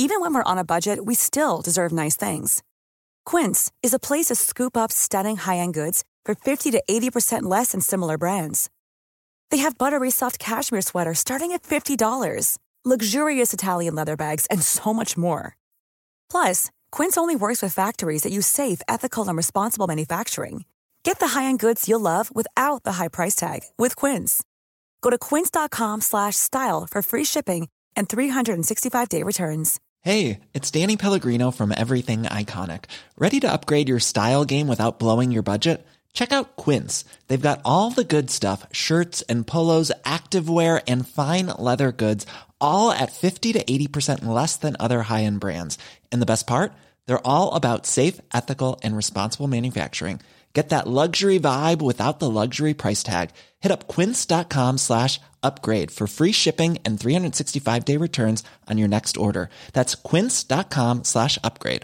Even when we're on a budget, we still deserve nice things. Quince is a place to scoop up stunning high-end goods for 50 to 80% less than similar brands. They have buttery soft cashmere sweaters starting at $50, luxurious Italian leather bags, and so much more. Plus, Quince only works with factories that use safe, ethical, and responsible manufacturing. Get the high-end goods you'll love without the high price tag with Quince. Go to quince.com/style for free shipping and 365-day returns. Hey, it's Danny Pellegrino from Everything Iconic. Ready to upgrade your style game without blowing your budget? Check out Quince. They've got all the good stuff, shirts and polos, activewear, and fine leather goods, all at 50 to 80% less than other high-end brands. And the best part? They're all about safe, ethical, and responsible manufacturing. Get that luxury vibe without the luxury price tag. Hit up quince.com/upgrade for free shipping and 365-day returns on your next order. That's quince.com/upgrade.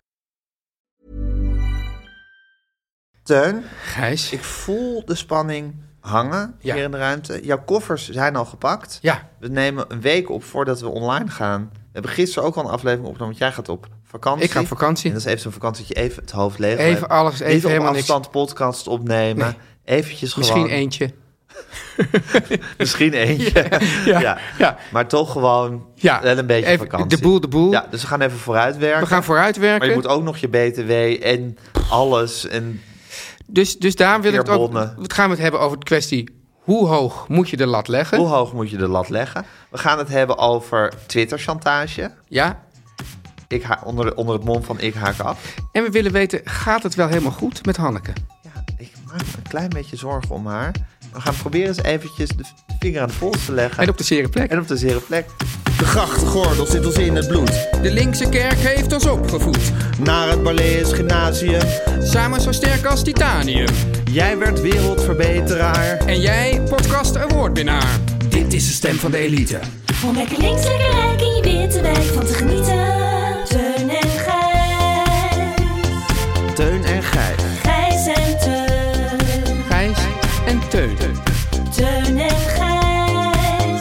Teun, Gijs? ik voel de spanning hangen hier in de ruimte. Jouw koffers zijn al gepakt. Ja. We nemen een week op voordat we online gaan. We hebben gisteren ook al een aflevering opgenomen, want jij gaat op vakantie. Ik ga op vakantie. En dat is even zo'n vakantie dat je even het hoofd leeg Even hebt. alles, even Niet op helemaal afstand podcast opnemen. Nee. Eventjes Misschien gewoon. eentje. Misschien eentje. Ja. Maar toch gewoon Ja. wel een beetje Even vakantie. de boel. Ja, dus we gaan even vooruitwerken. We gaan vooruitwerken. Maar je moet ook nog je BTW en alles. En Dus daar wil ik het ook... Bonnen. Wat gaan we het hebben over de kwestie... Hoe hoog moet je de lat leggen? hoe hoog moet je de lat leggen? We gaan het hebben over Twitter-chantage. Ja. Onder het mom van ik haak af. En we willen weten, gaat het wel helemaal goed met Hanneke? Ja, ik maak me een klein beetje zorgen om haar. We gaan proberen eens eventjes de vinger aan de pols te leggen. En op de zere plek. En op de zere plek. De grachtgordel zit ons in het bloed. De linkse kerk heeft ons opgevoed. Naar het Barlees Gymnasium. Samen zo sterk als titanium. Jij werd wereldverbeteraar. En jij, podcast awardwinnaar. Dit is de stem van de elite. Om lekker links, lekker rijk in je witte wijk van te genieten. Teun en Gijs. Teun en Gijs. Gijs en Teun. Gijs en Teun. Teun en Gijs.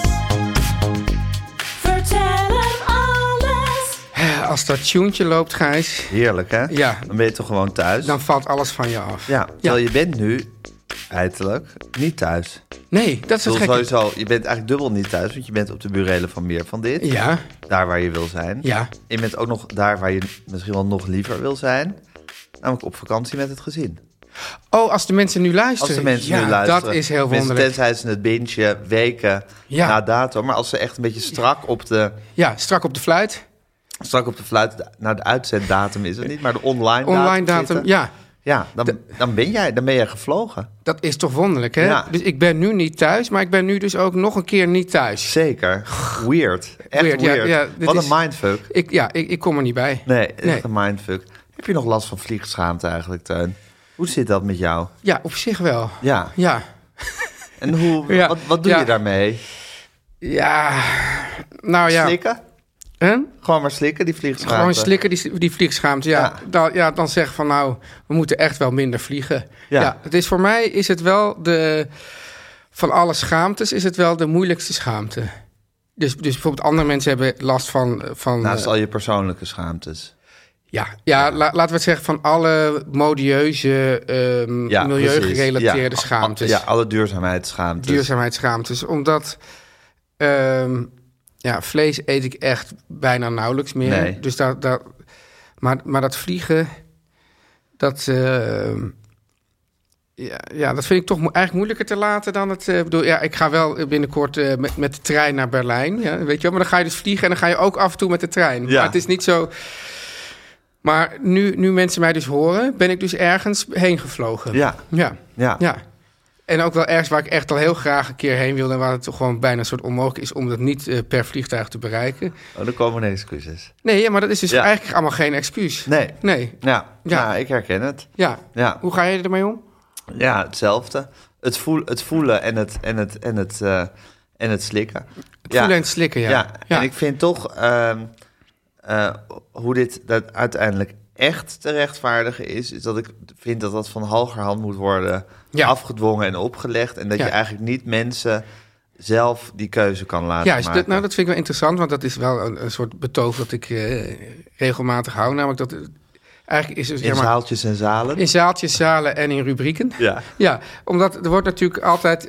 Vertel hem alles. Als dat tuentje loopt, Gijs, Heerlijk, hè? Ja. Dan ben je toch gewoon thuis? dan valt alles van je af. Ja, terwijl je bent nu, feitelijk, niet thuis. Nee, dat is het gekke. Sowieso, je bent eigenlijk dubbel niet thuis, want je bent op de burelen van meer van dit. Ja, Daar waar je wil zijn. ja. Je bent ook nog daar waar je misschien wel nog liever wil zijn. Namelijk op vakantie met het gezin. Oh, als de mensen nu luisteren. Als de mensen ja, nu luisteren. dat is heel Mensen, wonderlijk. tenzij ze het bintje weken Ja. na datum. Maar als ze echt een beetje strak op de Ja, strak op de fluit. fluit, naar de uitzenddatum is het niet, maar de online Datum, zitten. ja. Ja, dan ben jij gevlogen. Dat is toch wonderlijk, hè? Ja. Dus ik ben nu niet thuis, maar ik ben nu dus ook nog een keer niet thuis. Zeker. Weird. Echt Weird, weird. ja, dit Wat is- een mindfuck. Ik kom er niet bij. Nee, Nee. echt een mindfuck. Heb je nog last van vliegschaamte eigenlijk, Teun? Hoe zit dat met jou? Ja, op zich wel. Ja. Ja. En Ja. wat doe Ja. je daarmee? Ja. Nou ja. Slikken? Hè? Gewoon maar slikken, die vliegschaamte. Gewoon slikken, die vliegschaamte. Ja. Dan zeg van nou, we moeten echt wel minder vliegen. Ja. Ja. Het is voor mij is het wel van alle schaamtes is het wel de moeilijkste schaamte. Dus bijvoorbeeld andere mensen hebben last van Naast al je persoonlijke schaamtes. laten we het zeggen van alle modieuze, milieugerelateerde precies. schaamtes. Ja, alle duurzaamheidsschaamtes. Duurzaamheidsschaamtes. Omdat vlees eet ik echt bijna nauwelijks meer. Nee. Dus maar dat vliegen, dat dat vind ik toch eigenlijk moeilijker te laten dan het... ik ga wel binnenkort met de trein naar Berlijn. Ja, weet je wel, maar dan ga je dus vliegen en dan ga je ook af en toe met de trein. Ja. Maar het is niet zo... Maar nu mensen mij dus horen, ben ik dus ergens heen gevlogen. Ja. En ook wel ergens waar ik echt al heel graag een keer heen wilde... en waar het toch gewoon bijna een soort onmogelijk is... om dat niet per vliegtuig te bereiken. Oh, dan komen er excuses. Nee, maar dat is dus Ja. eigenlijk allemaal geen excuus. Nee. Ja, Ja. ik herken het. Ja. Ja. Hoe ga je ermee om? Ja, hetzelfde. Het voelen en het slikken. Het voelen en het slikken, ja. En ik vind toch hoe dit dat uiteindelijk echt te rechtvaardigen is dat ik vind dat van hogerhand moet worden afgedwongen en opgelegd. En dat je eigenlijk niet mensen zelf die keuze kan laten maken. Dat vind ik wel interessant, want dat is wel een soort betoog dat ik regelmatig hou. Namelijk dat eigenlijk is het, in zaaltjes en zalen. In zaaltjes, zalen en in rubrieken. Ja, omdat er wordt natuurlijk altijd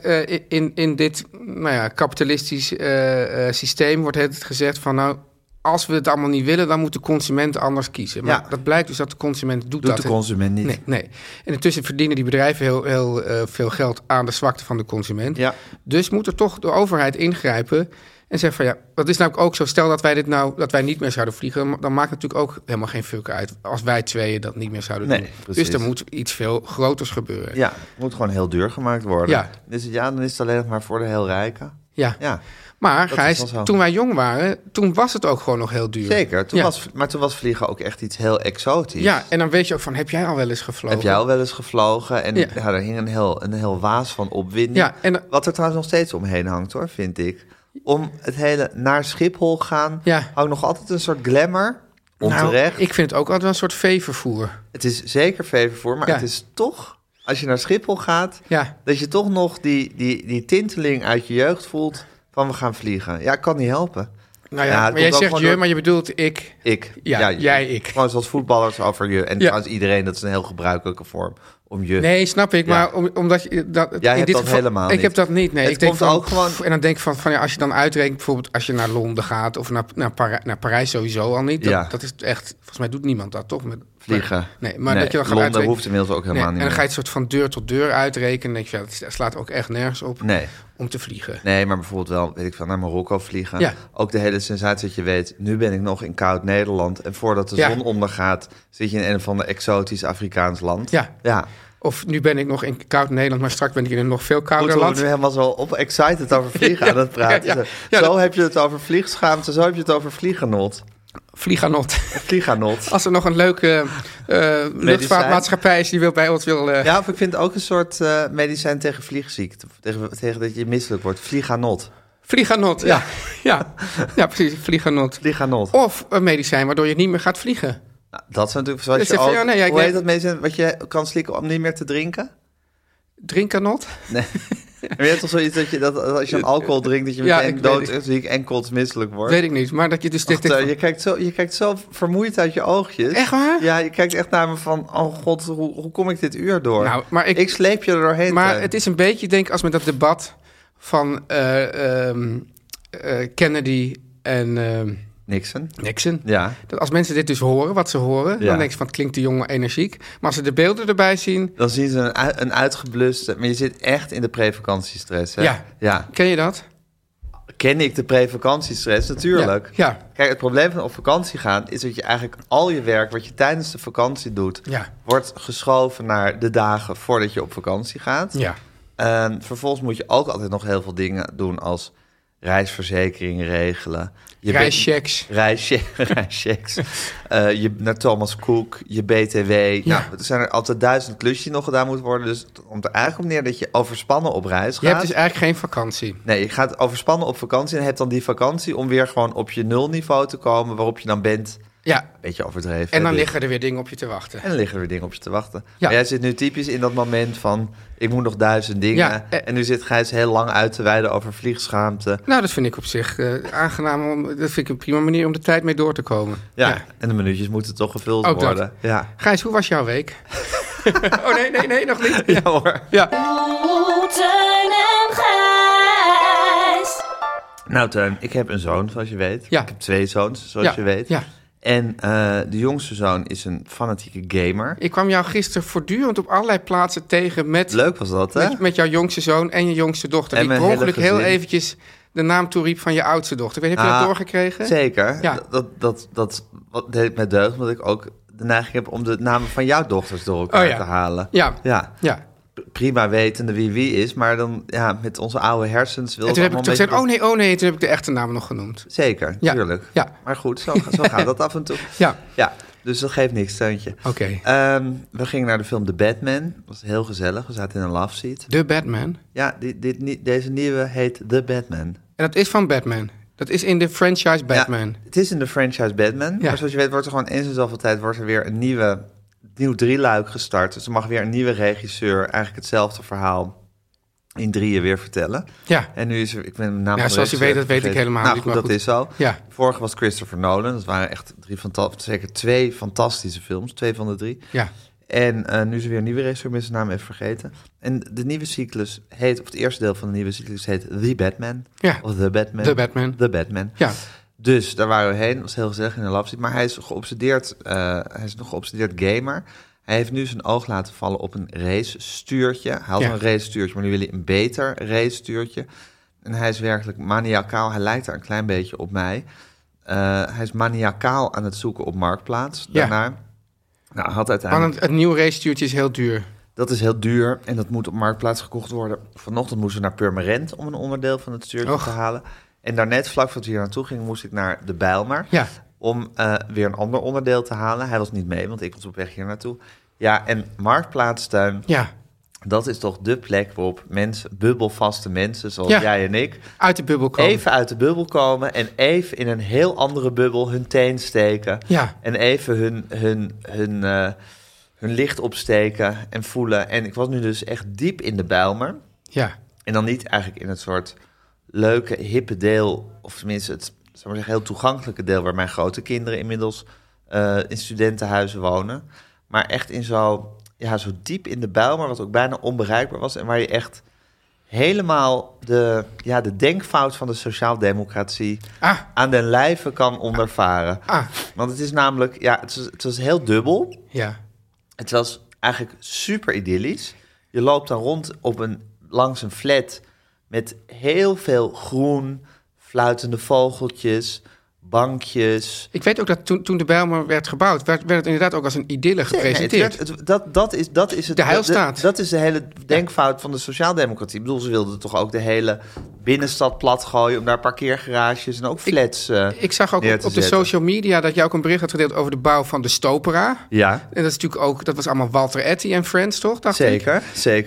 in dit kapitalistisch systeem wordt het gezegd van als we het allemaal niet willen, dan moet de consument anders kiezen. Maar dat blijkt dus dat de consument doet dat. De consument niet. Nee. En intussen verdienen die bedrijven heel veel geld aan de zwakte van de consument. Ja. Dus moet er toch de overheid ingrijpen en zeggen van dat is namelijk ook zo. Stel dat wij niet meer zouden vliegen, dan maakt het natuurlijk ook helemaal geen fuck uit als wij tweeën dat niet meer zouden doen. Precies. Dus er moet iets veel groters gebeuren. Ja, het moet gewoon heel duur gemaakt worden. Ja. Dus dan is het alleen nog maar voor de heel rijken. Ja. Maar Gijs, toen wij jong waren, toen was het ook gewoon nog heel duur. Zeker, toen was vliegen ook echt iets heel exotisch. Ja, en dan weet je ook van, heb jij al wel eens gevlogen? Heb jij al wel eens gevlogen? En er hing een heel waas van opwinding. Ja, wat er trouwens nog steeds omheen hangt, hoor, vind ik. Om het hele naar Schiphol gaan, hangt nog altijd een soort glamour onterecht. Ik vind het ook altijd wel een soort veevervoer. Het is zeker veevervoer, maar het is toch, als je naar Schiphol gaat, dat je toch nog die tinteling uit je jeugd voelt van we gaan vliegen. Ja, ik kan niet helpen. Maar jij zegt maar je bedoelt ik. Ja, jij, ik. Gewoon zoals voetballers over je. En trouwens iedereen, dat is een heel gebruikelijke vorm om je. Nee, snap ik. Maar omdat je dat. Jij hebt dat helemaal niet. Ik heb dat niet. Nee, het ik denk van, ook gewoon. En dan denk ik van als je dan uitrekent, bijvoorbeeld als je naar Londen gaat of naar Parijs sowieso al niet. Dat is echt. Volgens mij doet niemand dat toch met vliegen. Maar dat je dan gaat Londen hoeft inmiddels ook helemaal niet. En dan ga je het soort van deur tot deur uitrekenen. En denk je, dat slaat ook echt nergens op. Om te vliegen. Nee, maar bijvoorbeeld wel, weet ik veel, naar Marokko vliegen. Ja. Ook de hele sensatie dat je weet, nu ben ik nog in koud Nederland. En voordat de zon ondergaat, zit je in een of ander exotisch Afrikaans land. Ja. Of nu ben ik nog in koud Nederland, maar straks ben ik in een nog veel kouder land. We nu helemaal zo excited over vliegen aan het praten. Zo heb je het over vliegschaamte, zo heb je het over vliegenot. Vlieganot. Als er nog een leuke luchtvaartmaatschappij is die bij ons wil... Ja, of ik vind ook een soort medicijn tegen vliegziekte. Tegen dat je misselijk wordt. Vlieganot, ja, precies. Vlieganot. Of een medicijn waardoor je niet meer gaat vliegen. Nou, dat is natuurlijk zoals je ook... hoe heet dat medicijn wat je kan slikken om niet meer te drinken? Drinkanot? Nee. Maar je hebt toch zoiets dat als je een alcohol drinkt, dat je meteen doodziek en kotsmisselijk wordt? Weet ik niet, maar dat je dus... Je kijkt zo vermoeid uit je oogjes. Echt waar? Ja, je kijkt echt naar me van, oh god, hoe kom ik dit uur door? Nou, maar ik sleep je er doorheen. Maar het is een beetje, denk ik, als met dat debat van Kennedy en... Nixon. Ja. Dat als mensen dit dus horen, wat ze horen, dan denk je van het klinkt de jongen energiek. Maar als ze de beelden erbij zien... Dan zien ze een uitgebluste... Maar je zit echt in de pre-vakantiestress, hè? Ja. Ken je dat? Ken ik de pre-vakantiestress? Natuurlijk. Ja. Kijk, het probleem van op vakantie gaan is dat je eigenlijk al je werk wat je tijdens de vakantie doet, wordt geschoven naar de dagen voordat je op vakantie gaat. Ja. Vervolgens moet je ook altijd nog heel veel dingen doen als reisverzekering regelen. Reischecks. Je naar Thomas Cook, je BTW. Ja. Nou, er zijn er altijd 1000 klusjes die nog gedaan moeten worden. Dus het komt er eigenlijk op neer dat je overspannen op reis gaat. Je hebt dus eigenlijk geen vakantie. Nee, je gaat overspannen op vakantie en hebt dan die vakantie om weer gewoon op je nulniveau te komen waarop je dan bent. Ja. Een beetje overdreven. En dan liggen er weer dingen op je te wachten. Ja. Maar jij zit nu typisch in dat moment van, ik moet nog 1000 dingen. Ja. En nu zit Gijs heel lang uit te wijden over vliegschaamte. Nou, dat vind ik op zich aangenaam. Dat vind ik een prima manier om de tijd mee door te komen. Ja. En de minuutjes moeten toch gevuld worden. Dat. Ja. Gijs, hoe was jouw week? Oh, nee, nog niet. Ja hoor. Ja. Teun en Gijs. Nou Teun, ik heb een zoon, zoals je weet. Ja. Ik heb 2 zoons, zoals je weet. Ja. En de jongste zoon is een fanatieke gamer. Ik kwam jou gisteren voortdurend op allerlei plaatsen tegen met... Leuk was dat, hè? Met jouw jongste zoon en je jongste dochter. Die per ongeluk heel eventjes de naam toeriep van je oudste dochter. Heb je dat doorgekregen? Zeker. Ja. Dat deed mij deugd, omdat ik ook de neiging heb om de namen van jouw dochters door elkaar te halen. Ja. Prima wetende wie is, maar dan met onze oude hersens wil. En toen heb ik gezegd, oh nee, toen heb ik de echte naam nog genoemd. Zeker, tuurlijk. Ja. Maar goed, zo gaat dat af en toe. Ja. Dus dat geeft niks, Steuntje. Oké. We gingen naar de film The Batman. Dat was heel gezellig. We zaten in een love seat. The Batman? Ja, deze nieuwe heet The Batman. En dat is van Batman? Dat is in de franchise Batman? Ja, het is in de franchise Batman. Ja. Maar zoals je weet wordt er gewoon eens in zoveel tijd weer een nieuw drieluik gestart. Dus er mag weer een nieuwe regisseur eigenlijk hetzelfde verhaal in 3 weer vertellen. Ja. En nu is er... Ik ben de naam zoals je weet, dat weet ik helemaal niet. Nou goed, dat is zo. Ja. Vorige was Christopher Nolan. Dat waren echt zeker 2 fantastische films. 2 van de 3. Ja. En nu is er weer een nieuwe regisseur, met zijn naam even vergeten. En de nieuwe cyclus heet... Of het eerste deel van de nieuwe cyclus heet The Batman. Ja. Of The Batman. The Batman. Ja. Dus daar waren we heen. Dat was heel gezellig in de lab. Maar hij is geobsedeerd. Hij is nog geobsedeerd gamer. Hij heeft nu zijn oog laten vallen op een racestuurtje. Hij had een racestuurtje, maar nu wil hij een beter racestuurtje. En hij is werkelijk maniacaal. Hij lijkt er een klein beetje op mij. Hij is maniacaal aan het zoeken op Marktplaats. Daarna. Nou, had uiteindelijk... Want het nieuwe racestuurtje is heel duur. Dat is heel duur en dat moet op Marktplaats gekocht worden. Vanochtend moesten we naar Purmerend om een onderdeel van het stuurtje te halen. En daarnet, vlak voordat we hier naartoe gingen, moest ik naar de Bijlmer... om weer een ander onderdeel te halen. Hij was niet mee, want ik was op weg hier naartoe. Ja, en Marktplaatstuin, dat is toch de plek waarop mensen, bubbelvaste mensen, zoals jij en ik... uit de bubbel komen. Even uit de bubbel komen en even in een heel andere bubbel hun teen steken. Ja. En even hun licht opsteken en voelen. En ik was nu dus echt diep in de Bijlmer. Ja. En dan niet eigenlijk in het soort leuke, hippe deel, of tenminste het, zou maar zeggen, heel toegankelijke deel waar mijn grote kinderen inmiddels in studentenhuizen wonen. Maar echt in zo diep in de Bijlmer, wat ook bijna onbereikbaar was. En waar je echt helemaal de denkfout van de sociaaldemocratie aan den lijve kan ondervaren. Want het is namelijk, het was heel dubbel. Ja. Het was eigenlijk super idyllisch. Je loopt dan rond langs een flat met heel veel groen, fluitende vogeltjes, bankjes. Ik weet ook dat toen de Bijlmer werd gebouwd, werd het inderdaad ook als een idylle gepresenteerd. Dat is het. De heilstaat. Dat is de hele denkfout van de sociaaldemocratie. Ik bedoel, ze wilden toch ook de hele binnenstad platgooien om daar parkeergarages en ook flats ik zag ook op de social media dat jij ook een bericht had gedeeld over de bouw van de Stopera. Ja. En dat is natuurlijk ook, dat was allemaal Walter Etty en Friends, toch? Zeker.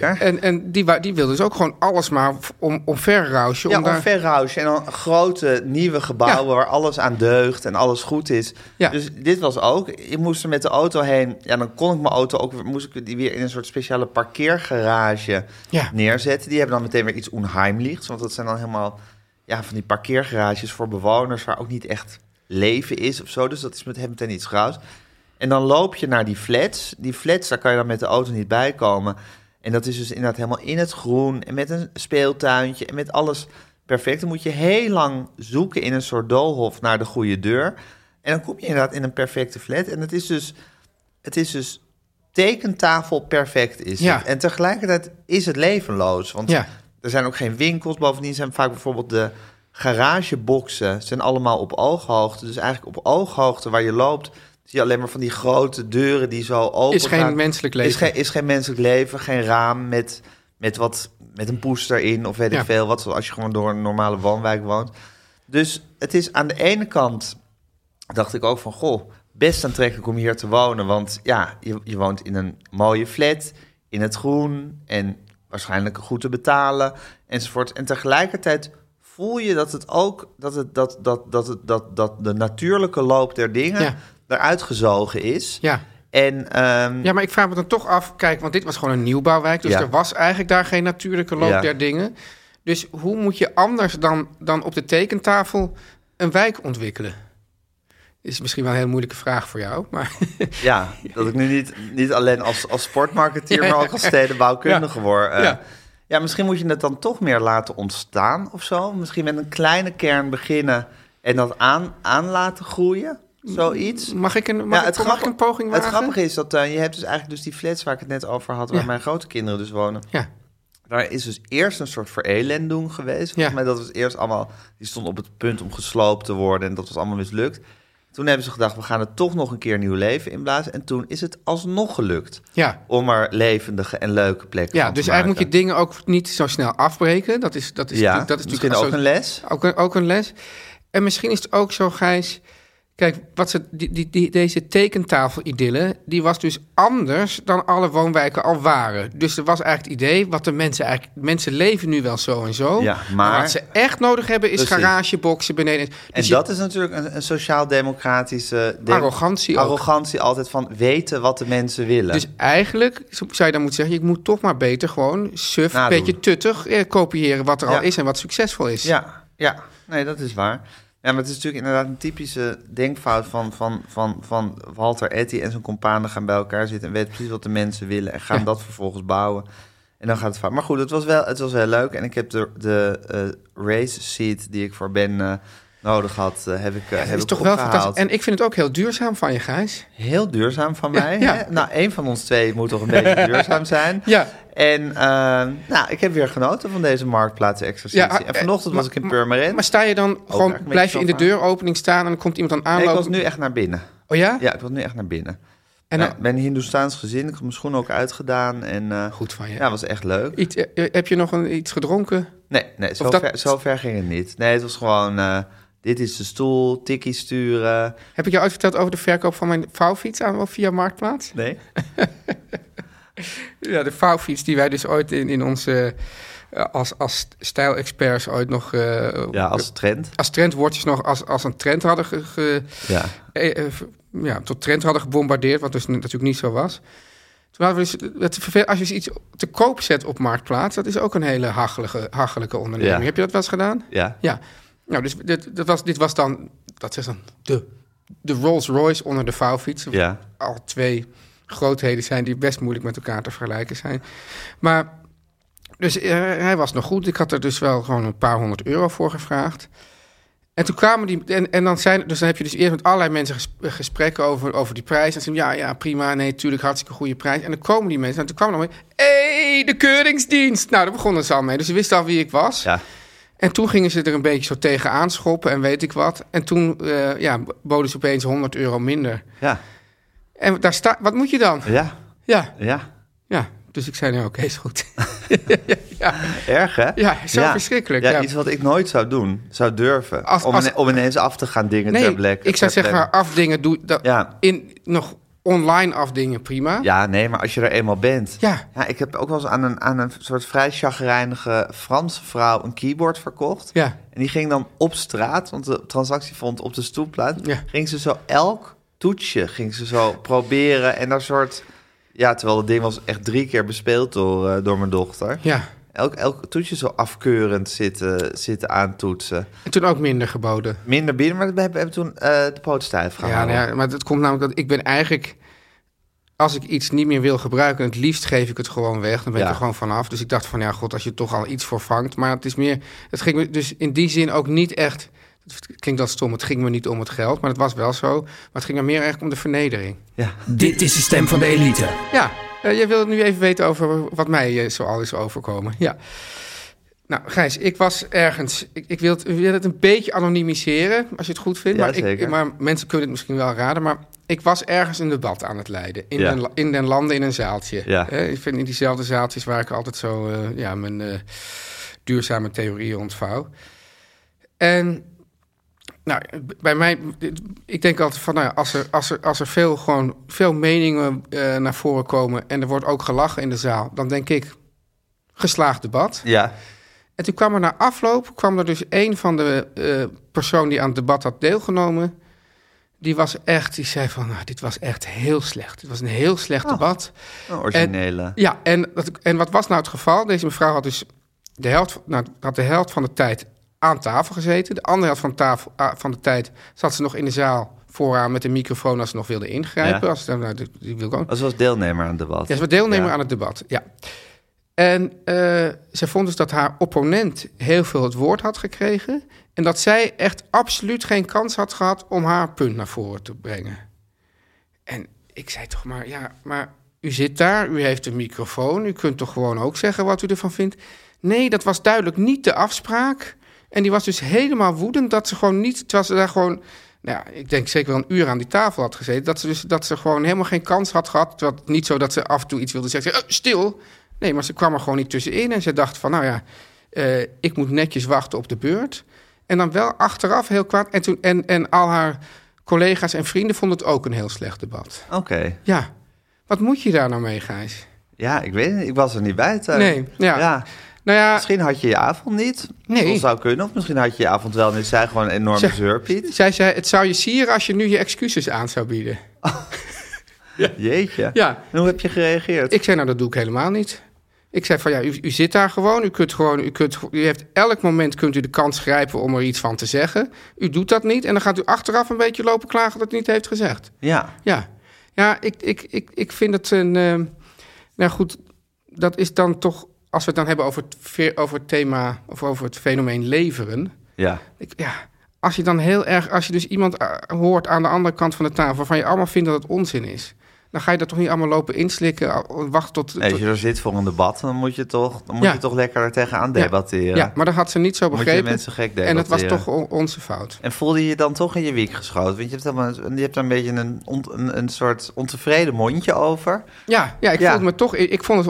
En die wilden dus ook gewoon alles maar om verrauschen. Ja, om verrauschen. En dan grote nieuwe gebouwen waar alles aan deugt en alles goed is. Ja. Dus dit was ook. Ik moest er met de auto heen. Ja, dan kon ik mijn auto ook, moest ik die weer in een soort speciale parkeergarage neerzetten. Die hebben dan meteen weer iets onheimlichs, want dat zijn dan helemaal van die parkeergarages voor bewoners waar ook niet echt leven is of zo. Dus dat is meteen iets grauws. En dan loop je naar die flats. Die flats, daar kan je dan met de auto niet bij komen. En dat is dus inderdaad helemaal in het groen en met een speeltuintje en met alles perfect. Dan moet je heel lang zoeken in een soort doolhof naar de goede deur. En dan kom je inderdaad in een perfecte flat. En het is dus tekentafel perfect is het. En tegelijkertijd is het levenloos. Want er zijn ook geen winkels. Bovendien zijn vaak bijvoorbeeld de garageboxen zijn allemaal op ooghoogte. Dus eigenlijk op ooghoogte waar je loopt, zie je alleen maar van die grote deuren die zo open is geen menselijk leven. Is geen menselijk leven. Geen raam met een poes erin of weet ik veel. Wat als je gewoon door een normale woonwijk woont. Dus het is aan de ene kant, dacht ik ook van, goh, best aantrekkelijk om hier te wonen. Want je woont in een mooie flat, in het groen en waarschijnlijk goed te betalen, enzovoort. En tegelijkertijd voel je dat het ook, dat de natuurlijke loop der dingen eruit gezogen is. Ja. En, maar ik vraag me dan toch af, kijk, want dit was gewoon een nieuwbouwwijk, dus er was eigenlijk daar geen natuurlijke loop der dingen. Dus hoe moet je anders dan op de tekentafel een wijk ontwikkelen? Is misschien wel een hele moeilijke vraag voor jou. Maar ja, dat ik nu niet alleen als sportmarketeer, maar ook als stedenbouwkundige word. Ja, misschien moet je het dan toch meer laten ontstaan of zo. Misschien met een kleine kern beginnen en dat aan laten groeien. Zoiets. Mag ik een poging wagen? Het grappige is dat je hebt dus eigenlijk die flats waar ik het net over had, waar mijn grote kinderen dus wonen. Ja. Daar is dus eerst een soort verelending geweest. Volgens mij dat was eerst allemaal, die stond op het punt om gesloopt te worden en dat was allemaal mislukt. Toen hebben ze gedacht, we gaan er toch nog een keer nieuw leven inblazen. En toen is het alsnog gelukt om er levendige en leuke plekken van te dus maken. eigenlijk moet je dingen ook niet zo snel afbreken. Dat is misschien ook een les. Ook een les. En misschien is het ook zo, Gijs, Kijk, deze tekentafel-idylle, die was dus anders dan alle woonwijken al waren. Dus er was eigenlijk het idee, wat de mensen leven nu wel zo en zo. Ja, maar wat ze echt nodig hebben is garageboxen beneden. Dus en dat is natuurlijk een sociaal-democratische... Arrogantie altijd van weten wat de mensen willen. Dus eigenlijk zou je dan moeten zeggen, je moet toch maar beter gewoon suf, een beetje tuttig kopiëren wat er al is en wat succesvol is. Ja, nee, dat is waar. Ja, maar het is natuurlijk inderdaad een typische denkfout van Walter Etty en zijn companen gaan bij elkaar zitten en weten precies wat de mensen willen en gaan dat vervolgens bouwen. En dan gaat het fout. Maar goed, het was wel leuk. En ik heb de race seat die ik voor Ben nodig had, heb ik dat is toch wel fantastisch. En ik vind het ook heel duurzaam van je, Gijs. Heel duurzaam van mij. Ja. Hè? Nou, één van ons twee moet toch een beetje duurzaam zijn. Ja. En ik heb weer genoten van deze marktplaats-exercitie. Ja, en vanochtend was ik in Purmerend. Maar sta je dan gewoon, blijf je in de deuropening staan en dan komt iemand dan aanlopen? Nee, ik was nu echt naar binnen. Oh ja? Ja, ik was nu echt naar binnen. En ik ben een Hindoestaans gezin. Ik heb mijn schoenen ook uitgedaan. En, goed van je. Ja, was echt leuk. Heb je nog iets gedronken? Nee, zo ver ging het niet. Nee, het was gewoon... dit is de stoel, tikkie sturen. Heb ik jou ooit verteld over de verkoop van mijn vouwfiets via Marktplaats? Nee. Ja, de vouwfiets die wij dus ooit in onze... als stijlexperts ooit nog... als trend. Als trendwoordjes nog als een trend hadden tot trend hadden gebombardeerd, wat dus natuurlijk niet zo was. Toen hadden we dus, als je iets te koop zet op Marktplaats, dat is ook een hele hachelijke onderneming. Ja. Heb je dat wel eens gedaan? Ja. Ja. Nou, dus dit was dan, dat is dan de Rolls-Royce onder de vouwfiets. Ja. Al twee grootheden zijn die best moeilijk met elkaar te vergelijken zijn. Maar, dus hij was nog goed. Ik had er dus wel gewoon een paar €100 voor gevraagd. En toen kwamen die... Dus dan heb je dus eerst met allerlei mensen gesprekken over die prijs. En ze zeiden, ja, prima, nee, tuurlijk, hartstikke goede prijs. En dan komen die mensen, en toen kwam nog mee... de keuringsdienst! Nou, daar begonnen ze al mee. Dus ze wisten al wie ik was. Ja. En toen gingen ze er een beetje zo tegen aanschoppen en weet ik wat. En toen boden ze opeens €100 minder. Ja. En daar wat moet je dan? Ja. Dus ik zei, oké, is goed. Ja. Erg, hè? Ja, verschrikkelijk. Ja, iets wat ik nooit zou doen, zou durven. Om ineens af te gaan dingen ter plekke. Ik zou zeggen, afdingen, doe dat nog online afdingen, prima. Ja, nee, maar als je er eenmaal bent. Ja, ik heb ook wel eens aan een soort vrij chagrijnige Franse vrouw een keyboard verkocht. Ja. En die ging dan op straat, want de transactie vond op de stoep plaats. Ja. Ging ze zo elk toetsje proberen en dat soort... Ja, terwijl het ding was echt 3 keer bespeeld door mijn dochter. Ja. Elk toetje zo afkeurend zitten aantoetsen. En toen ook minder geboden. Minder bieden, maar we hebben toen de poot stijf gehouden. Ja, maar het komt namelijk dat ik ben eigenlijk... Als ik iets niet meer wil gebruiken, het liefst geef ik het gewoon weg. Dan ben ik er gewoon vanaf. Dus ik dacht van, god, als je toch al iets voor vangt. Maar het is meer... Het ging dus in die zin ook niet echt... Het klinkt dat stom, het ging me niet om het geld, maar het was wel zo. Maar het ging me meer echt om de vernedering. Ja. Dit is de stem van de elite. Ja, jij wil nu even weten over wat mij zoal is overkomen. Ja. Nou, Gijs, ik was ergens... Ik wil het een beetje anonimiseren, als je het goed vindt. Ja, maar mensen kunnen het misschien wel raden. Maar ik was ergens een debat aan het leiden. In den landen in een zaaltje. Ja. Ik vind in diezelfde zaaltjes waar ik altijd zo mijn duurzame theorieën ontvouw. En... Nou, bij mij, ik denk altijd van, als er veel meningen naar voren komen en er wordt ook gelachen in de zaal, dan denk ik, geslaagd debat. Ja. En toen kwam er na afloop, dus een van de personen die aan het debat had deelgenomen, die zei van, dit was echt heel slecht. Dit was een heel slecht debat. Een originele. En wat was nou het geval? Deze mevrouw had dus de helft van de tijd aan tafel gezeten. De andere helft van de tijd zat ze nog in de zaal vooraan met een microfoon als ze nog wilde ingrijpen. Ja. Ze was deelnemer aan het debat. Ja, ze was deelnemer aan het debat, ja. En ze vond dus dat haar opponent heel veel het woord had gekregen en dat zij echt absoluut geen kans had gehad om haar punt naar voren te brengen. En ik zei toch maar u zit daar, u heeft een microfoon, u kunt toch gewoon ook zeggen wat u ervan vindt? Nee, dat was duidelijk niet de afspraak. En die was dus helemaal woedend dat ze gewoon niet... Terwijl ze daar gewoon... ik denk zeker wel een uur aan die tafel had gezeten. Dat ze gewoon helemaal geen kans had gehad. Terwijl het niet zo dat ze af en toe iets wilde zeggen. Stil! Nee, maar ze kwam er gewoon niet tussenin. En ze dacht van, ik moet netjes wachten op de beurt. En dan wel achteraf heel kwaad. En al haar collega's en vrienden vonden het ook een heel slecht debat. Oké. Ja. Wat moet je daar nou mee, Gijs? Ja, ik weet het niet. Ik was er niet bij thuis. Nee, ja. Nou ja, misschien had je avond niet. Nee. Dat zou kunnen. Of misschien had je avond wel en is zij gewoon een enorme zeurpiet. Zij zei, het zou je sieren als je nu je excuses aan zou bieden. Ja. Jeetje. Ja. En hoe heb je gereageerd? Ik zei, nou, dat doe ik helemaal niet. Ik zei van, ja, u zit daar gewoon. U heeft elk moment kunt u de kans grijpen om er iets van te zeggen. U doet dat niet. En dan gaat u achteraf een beetje lopen klagen dat u het niet heeft gezegd. Ja. Ja, ik vind het een... nou goed, dat is dan toch... Als we het dan hebben over het thema... of over het fenomeen leveren... Ja. Als je dus iemand hoort aan de andere kant van de tafel... waarvan je allemaal vindt dat het onzin is... dan ga je dat toch niet allemaal lopen inslikken... wachten tot... Nee, als je er zit voor een debat... dan moet je toch lekker er tegenaan debatteren. Ja, maar dat had ze niet zo begrepen. Moet je mensen gek debatteren. En dat was toch onze fout. En voelde je je dan toch in je wiek geschoten? Want je hebt daar een beetje een soort ontevreden mondje over. Ja, ik voelde me toch...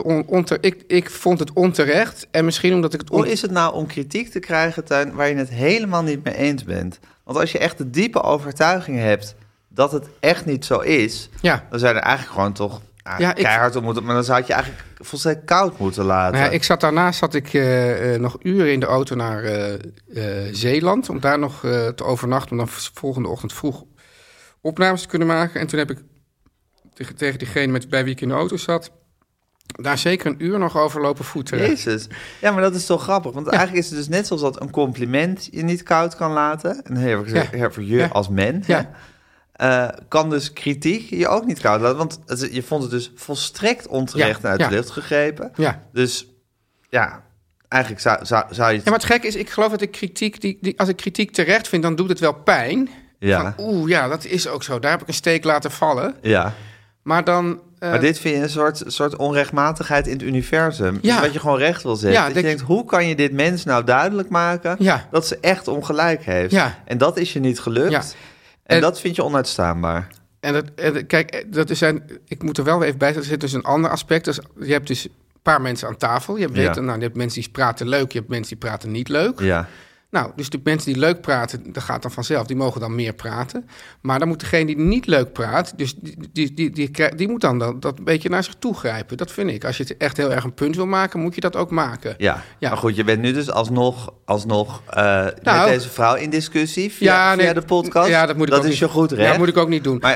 Ik vond het onterecht. En misschien omdat ik het... Hoe is het nou om kritiek te krijgen, Teun, waar je het helemaal niet mee eens bent? Want als je echt de diepe overtuiging hebt... dat het echt niet zo is... dan zou je er eigenlijk gewoon toch keihard op moeten... maar dan zou je eigenlijk volstrekt koud moeten laten. Nou ja, daarna zat ik nog uren in de auto naar Zeeland... om daar nog te overnachten... om dan volgende ochtend vroeg opnames te kunnen maken. En toen heb ik tegen diegene bij wie ik in de auto zat... daar zeker een uur nog over lopen voeten. Jezus. Ja, maar dat is toch grappig. Want eigenlijk is het dus net zoals dat een compliment je niet koud kan laten. En voor je als mens... Ja. Kan dus kritiek je ook niet koud laten. Want je vond het dus volstrekt onterecht uit de lucht gegrepen. Ja. Dus ja, eigenlijk zou je... Ja, maar het gekke is, ik geloof dat ik kritiek... als ik kritiek terecht vind, dan doet het wel pijn. Ja. Van, dat is ook zo. Daar heb ik een steek laten vallen. Ja. Maar dan... Maar dit vind je een soort onrechtmatigheid in het universum. Ja. Wat je gewoon recht wil zetten. Ja, je denkt, hoe kan je dit mens nou duidelijk maken... dat ze echt ongelijk heeft? Ja. En dat is je niet gelukt. Ja. En dat vind je onuitstaanbaar. Kijk, ik moet er wel even bij zetten. Er zit dus een ander aspect. Dus je hebt dus een paar mensen aan tafel. Je hebt mensen die praten leuk. Je hebt mensen die praten niet leuk. Ja. Nou, dus de mensen die leuk praten, dat gaat dan vanzelf. Die mogen dan meer praten. Maar dan moet degene die niet leuk praat... dus die moet dan dat een beetje naar zich toe grijpen. Dat vind ik. Als je het echt heel erg een punt wil maken... moet je dat ook maken. Ja. Maar goed, je bent nu dus alsnog met deze vrouw in discussie... via de podcast. Ja, dat is je goed recht. Ja, moet ik ook niet doen. Maar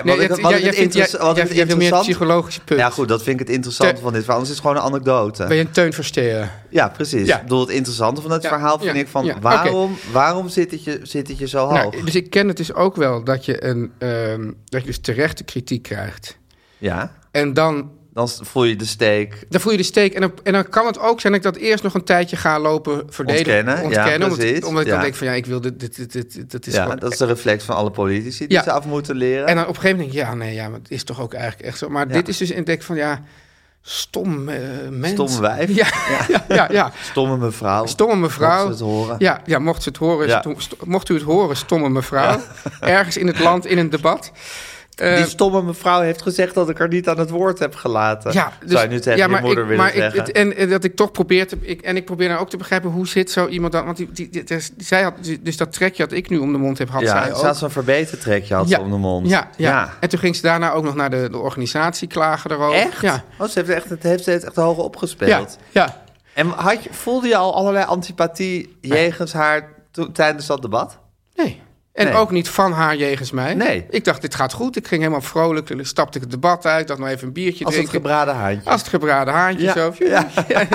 jij wil meer het psychologische punt. Ja, goed, dat vind ik het interessante van dit verhaal. Anders is het gewoon een anekdote. Ben je een Teun Versteer? Ja, precies. Ik bedoel, het interessante van het verhaal vind ik van... Waarom zit het je zo hoog? Dus ik ken het dus ook wel dat je dus terechte kritiek krijgt. Ja. En dan voel je de steek. Dan voel je de steek. En dan kan het ook zijn dat ik dat eerst nog een tijdje ga lopen verdedigen. Ontkennen. Omdat ik dan denk van ik wil dit is gewoon... dat is de reflex van alle politici die ze af moeten leren. En dan op een gegeven moment denk maar het is toch ook eigenlijk echt zo. Maar dit is dus in denk van stom mens. Stomme wijf. Ja. Stomme mevrouw. Mocht ze het horen. Ja, mocht ze het horen. Ja. Mocht u het horen, stomme mevrouw. Ergens in het land, in een debat. Die stomme mevrouw heeft gezegd dat ik haar niet aan het woord heb gelaten. Ja, dus, zou je nu tegen je moeder willen zeggen. En dat ik toch probeer ik probeer nou ook te begrijpen, hoe zit zo iemand dan... Want zij had, dus dat trekje dat ik nu om de mond heb, had zij ook. Ze had zo'n verbeterd trekje ze om de mond. Ja. En toen ging ze daarna ook nog naar de organisatie klagen erover. Echt? Ja. Oh, ze heeft het echt hoog opgespeeld. Ja. En voelde je al allerlei antipathie jegens haar tijdens dat debat? Nee. En ook niet van haar jegens mij. Nee. Ik dacht, dit gaat goed. Ik ging helemaal vrolijk. Toen stapte ik het debat uit. Dacht nog even een biertje drinken. Als het gebraden haantje. Zo. Ja.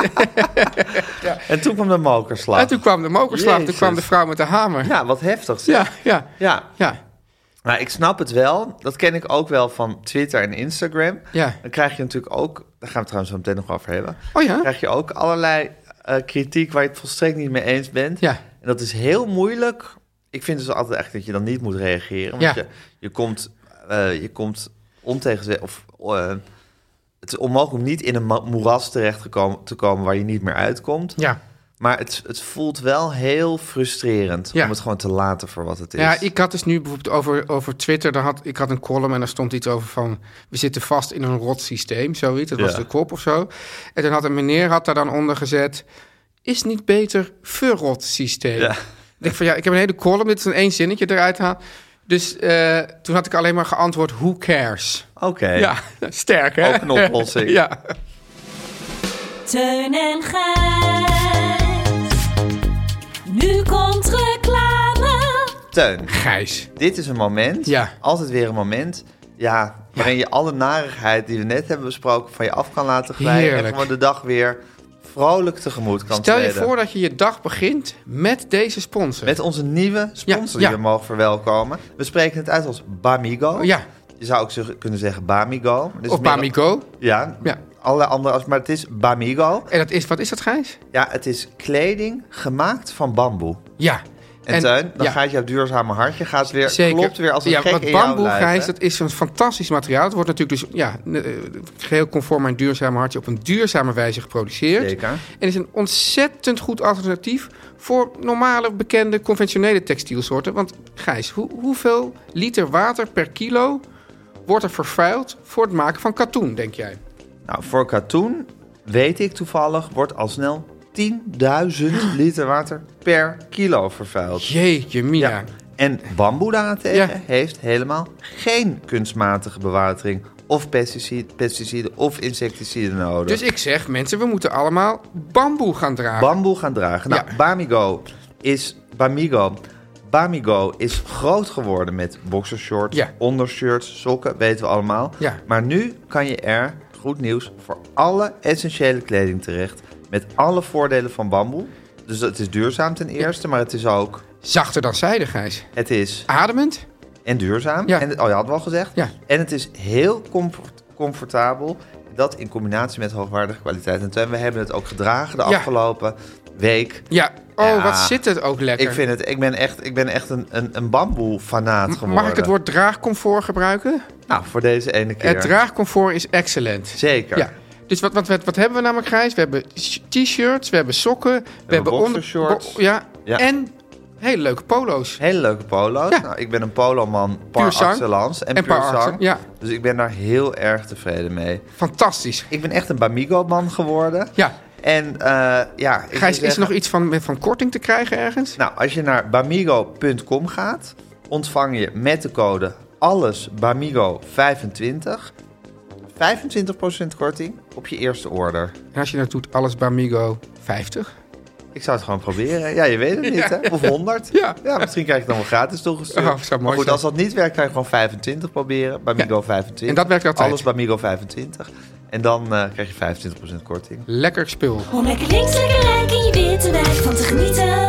En toen kwam de mokerslag. Toen kwam de vrouw met de hamer. Ja, wat heftig zeg. Ja. Maar ik snap het wel. Dat ken ik ook wel van Twitter en Instagram. Ja. Dan krijg je natuurlijk ook... Daar gaan we het trouwens zo meteen nog over hebben. Oh ja? Dan krijg je ook allerlei kritiek waar je het volstrekt niet mee eens bent. Ja. En dat is heel moeilijk... Ik vind dus altijd echt dat je dan niet moet reageren. Want je komt ontegenzegd... het is onmogelijk om niet in een moeras terecht te komen waar je niet meer uitkomt. Ja. Maar het voelt wel heel frustrerend om het gewoon te laten voor wat het is. Ja, ik had dus nu bijvoorbeeld over Twitter... Ik had een column en daar stond iets over van... we zitten vast in een rot systeem, zoiets. Dat was de kop of zo. En dan had een meneer daar dan onder gezet... is niet beter verrot systeem. Ja. Ik denk van ik heb een hele column, dit is een één zinnetje eruit haal. Dus toen had ik alleen maar geantwoord, who cares? Oké. Ja, sterk hè? Ook een oplossing. Ja. Teun en Gijs. Nu komt reclame. Teun. Gijs. Dit is een moment, altijd weer een moment... waarin je alle narigheid die we net hebben besproken... van je af kan laten glijden. Heerlijk. En gewoon de dag weer vrolijk tegemoet kan Stel treden. je voor dat je je dag begint met deze sponsor. Met onze nieuwe sponsor die we mogen verwelkomen. We spreken het uit als Bamigo. Ja. Je zou ook kunnen zeggen Bamigo. Of Bamigo. Ja, allerlei andere, maar het is Bamigo. En wat is dat, Gijs? Ja, het is kleding gemaakt van bamboe. Ja. En Teun, dan gaat jouw duurzame hartje klopt weer als een gek in jouw lijf. Bamboe, Gijs, dat is een fantastisch materiaal. Het wordt natuurlijk dus geheel conform mijn duurzame hartje op een duurzame wijze geproduceerd. Zeker. En is een ontzettend goed alternatief voor normale, bekende, conventionele textielsoorten. Want Gijs, hoeveel liter water per kilo wordt er vervuild voor het maken van katoen, denk jij? Nou, voor katoen, weet ik toevallig, wordt al snel 10.000 liter water per kilo vervuild. Jeetje mina. Ja. En bamboe daarentegen heeft helemaal geen kunstmatige bewatering... of pesticiden of insecticiden nodig. Dus ik zeg, mensen, we moeten allemaal bamboe gaan dragen. Bamboe gaan dragen. Nou, Bamigo is groot geworden met boxershorts, ondershirts, sokken, weten we allemaal. Ja. Maar nu kan je er, goed nieuws, voor alle essentiële kleding terecht... met alle voordelen van bamboe. Dus het is duurzaam ten eerste, maar het is ook... zachter dan zijde, Gijs. Het is... ademend. En duurzaam. Ja. En je had wel gezegd. Ja. En het is heel comfortabel. Dat in combinatie met hoogwaardige kwaliteit. En we hebben het ook gedragen de afgelopen week. Ja, wat zit het ook lekker. Ik ben echt een bamboe-fanaat geworden. Mag ik het woord draagcomfort gebruiken? Nou, voor deze ene keer. Het draagcomfort is excellent. Zeker. Ja. Dus wat hebben we namelijk, Gijs? We hebben t-shirts, we hebben sokken, we hebben boxershorts. En hele leuke polo's. Hele leuke polo's. Ja. Nou, ik ben een poloman par excellence en par sang. Ja. Dus ik ben daar heel erg tevreden mee. Fantastisch. Ik ben echt een Bamigo-man geworden. Ja. En Gijs, is er nog iets van korting te krijgen ergens? Nou, als je naar bamigo.com gaat, ontvang je met de code AllesBamigo25 25% korting op je eerste order. En als je dat doet, alles Bamigo 50? Ik zou het gewoon proberen. Ja, je weet het niet, hè? Of 100. Ja, misschien krijg je het dan wel gratis toegestuurd. Oh, zou mooi maar goed, als dat niet werkt, kan je gewoon 25 proberen. Bamigo 25. En dat werkt altijd. Alles Bamigo 25. En dan krijg je 25% korting. Lekker spul. Om lekker links, lekker rijk in je witte wijk van te genieten.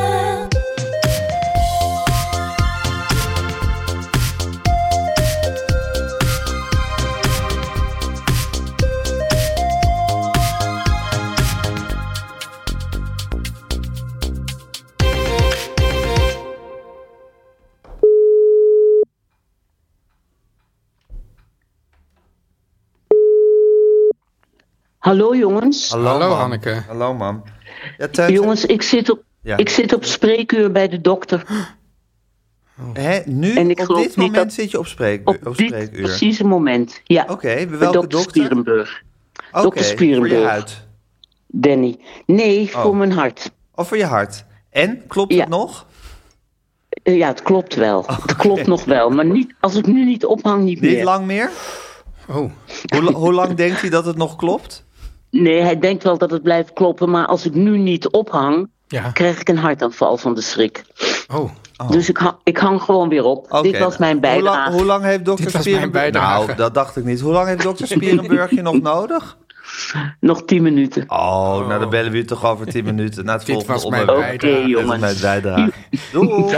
Hallo jongens. Hallo Hanneke. Hallo mam. Ja, jongens, ik zit op spreekuur bij de dokter. Hè? Nu? En op dit moment zit je op spreekuur? Op dit precieze moment, ja. Oké, bij welke dokter? Spierenburg. Dokter Spierenburg. Voor je huid? Danny. Nee, voor mijn hart. Oh, voor je hart. En? Klopt het nog? Ja, het klopt wel. Okay. Het klopt nog wel. Maar niet, als ik nu niet ophang, niet meer. Niet lang meer? Oh. Hoe lang denkt hij dat het nog klopt? Nee, hij denkt wel dat het blijft kloppen. Maar als ik nu niet ophang, krijg ik een hartaanval van de schrik. Oh. Dus ik hang gewoon weer op. Okay. Dit was mijn bijdrage. Hoe lang heeft dokter Spierenburg... Nou, dat dacht ik niet. Hoe lang heeft dokter Spierenburg je nog nodig? Nog 10 minuten. Oh, nou dan bellen we je toch over 10 minuten na het volgende onderwerp. Oké, jongens. Dit was mijn bijdrage. Doei.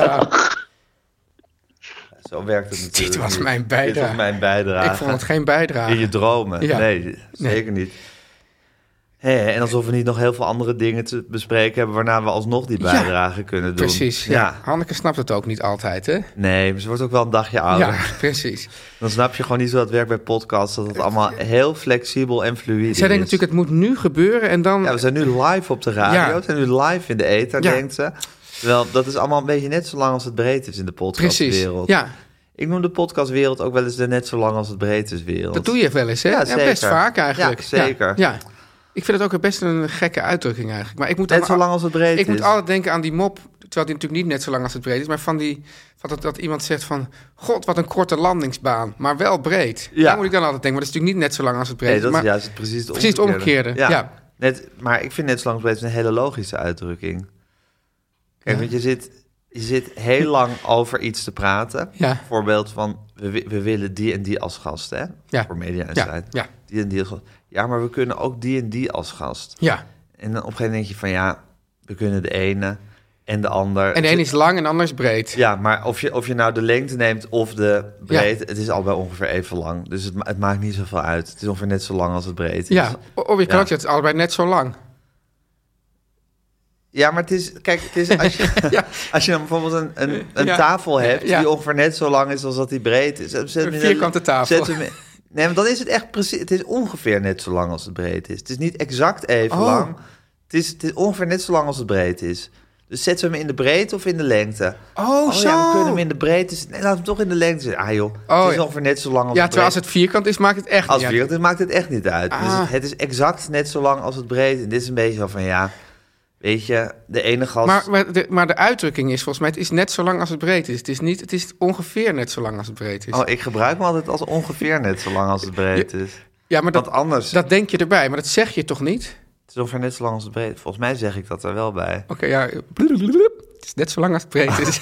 Zo werkt het natuurlijk. Dit was mijn bijdrage. Dit was mijn bijdrage. Ik vond het geen bijdrage. In je dromen. Ja. Nee, zeker niet. En alsof we niet nog heel veel andere dingen te bespreken hebben... waarna we alsnog die bijdrage kunnen doen. Precies, ja. Hanneke snapt het ook niet altijd, hè? Nee, maar ze wordt ook wel een dagje ouder. Ja, precies. Dan snap je gewoon niet zo dat werkt bij podcasts... dat het allemaal heel flexibel en fluïde is. Zij denkt natuurlijk, het moet nu gebeuren en dan... Ja, we zijn nu live op de radio. We zijn nu live in de ether, denkt ze. Terwijl, dat is allemaal een beetje net zo lang als het breed is in de podcastwereld. Precies, ja. Ik noem de podcastwereld ook wel eens de net zo lang als het breed is wereld. Dat doe je wel eens, hè? Ja, best vaak eigenlijk. Ja, zeker. Ja. Ik vind het ook best een gekke uitdrukking eigenlijk. Maar ik moet net zo lang als het breed is. Ik moet altijd denken aan die mop. terwijl die natuurlijk niet net zo lang als het breed is, maar dat iemand zegt van, god, wat een korte landingsbaan, maar wel breed. Ja. Daar moet ik dan altijd denken, maar dat is natuurlijk niet net zo lang als het breed is. Dat maar is juist precies het omgekeerde. Ja. Maar ik vind net zo lang als breed een hele logische uitdrukking. Kijk, want je zit heel lang over iets te praten. Ja. Bijvoorbeeld van, we willen die en die als gast, hè? Ja. Voor Media Insight. Ja. Die en die als gast. Ja, maar we kunnen ook die en die als gast. Ja. En dan op een gegeven moment denk je van, ja, we kunnen de ene en de ander. En de een is lang en de ander is breed. Ja, maar of je nou de lengte neemt of de breedte, het is allebei ongeveer even lang. Dus het maakt niet zoveel uit. Het is ongeveer net zo lang als het breed is. Ja, of je kan ook zeggen, het is allebei net zo lang. Ja, maar het is als je dan bijvoorbeeld een tafel hebt die ongeveer net zo lang is als dat die breed is. Een vierkante tafel. Nee, maar dan is het echt precies. Het is ongeveer net zo lang als het breed is. Het is niet exact even lang. Het is ongeveer net zo lang als het breed is. Dus zetten we hem in de breedte of in de lengte? Zo. Ja, we kunnen hem in de breedte. Nee, laten we hem toch in de lengte zetten. Ah joh, het is ongeveer net zo lang als het breed. Terwijl als het vierkant is, maakt het echt niet uit. Als het vierkant is, maakt het echt niet uit. Dus het is exact net zo lang als het breed. En dit is een beetje zo van, weet je, de ene gast... Maar de uitdrukking is volgens mij, het is net zo lang als het breed is. Het is ongeveer net zo lang als het breed is. Ik gebruik me altijd als ongeveer net zo lang als het breed is. Ja, maar dat denk je erbij, maar dat zeg je toch niet? Het is ongeveer net zo lang als het breed is. Volgens mij zeg ik dat er wel bij. Oké, het is net zo lang als het breed is.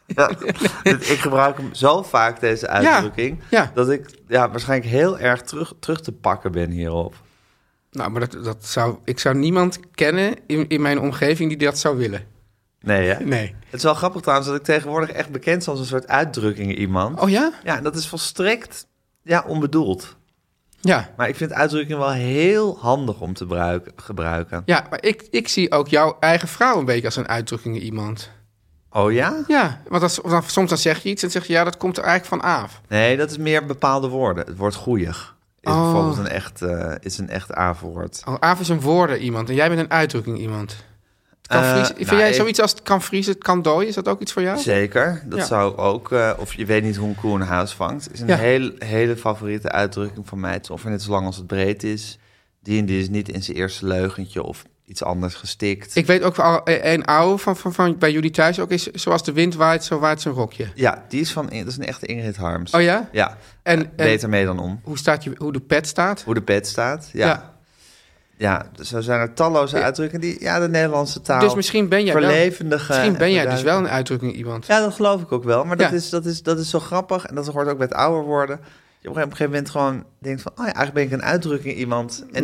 Ik gebruik hem zo vaak, deze uitdrukking, dat ik waarschijnlijk heel erg terug te pakken ben hierop. Nou, maar ik zou niemand kennen in mijn omgeving die dat zou willen. Nee, hè? Nee. Het is wel grappig trouwens dat ik tegenwoordig echt bekend sta als een soort uitdrukking iemand. Oh ja? Ja, dat is volstrekt onbedoeld. Ja. Maar ik vind uitdrukkingen wel heel handig om te gebruiken. Ja, maar ik zie ook jouw eigen vrouw een beetje als een uitdrukking iemand. Oh ja? Ja, want soms dan zeg je iets en zeg je, dat komt er eigenlijk van af. Nee, dat is meer bepaalde woorden. Het woord goeieig is bijvoorbeeld een echt A-woord. Aaf is een woorden iemand en jij bent een uitdrukking iemand. Vind jij zoiets als het kan vriezen, het kan dooien? Is dat ook iets voor jou? Zeker, dat zou ook... of je weet niet hoe een koe een huis vangt. Is een hele favoriete uitdrukking van mij. Het is ongeveer net zo lang als het breed is. Die en die is niet in zijn eerste leugentje of iets anders gestikt. Ik weet ook al een oude van bij jullie thuis ook is... Zoals de wind waait, zo waait zijn rokje. Ja, dat is een echte Ingrid Harms. Oh ja? Ja, beter mee dan om. Hoe de pet staat? Hoe de pet staat, ja. Ja, zo zijn er talloze uitdrukkingen die de Nederlandse taal dus misschien ben jij verlevendigen. Misschien ben jij dus wel een uitdrukking iemand. Ja, dat geloof ik ook wel. Maar dat is zo grappig. En dat hoort ook bij het ouder worden. Je op een gegeven moment gewoon denkt van... eigenlijk ben ik een uitdrukking iemand. En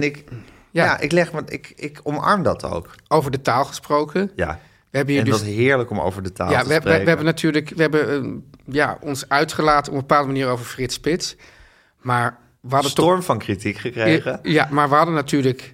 ik omarm dat ook. Over de taal gesproken. Ja, dat is heerlijk om over de taal te spreken. We hebben natuurlijk ons uitgelaten op een bepaalde manier over Frits Spits. Maar we hadden storm van kritiek gekregen. Ja, maar we hadden natuurlijk...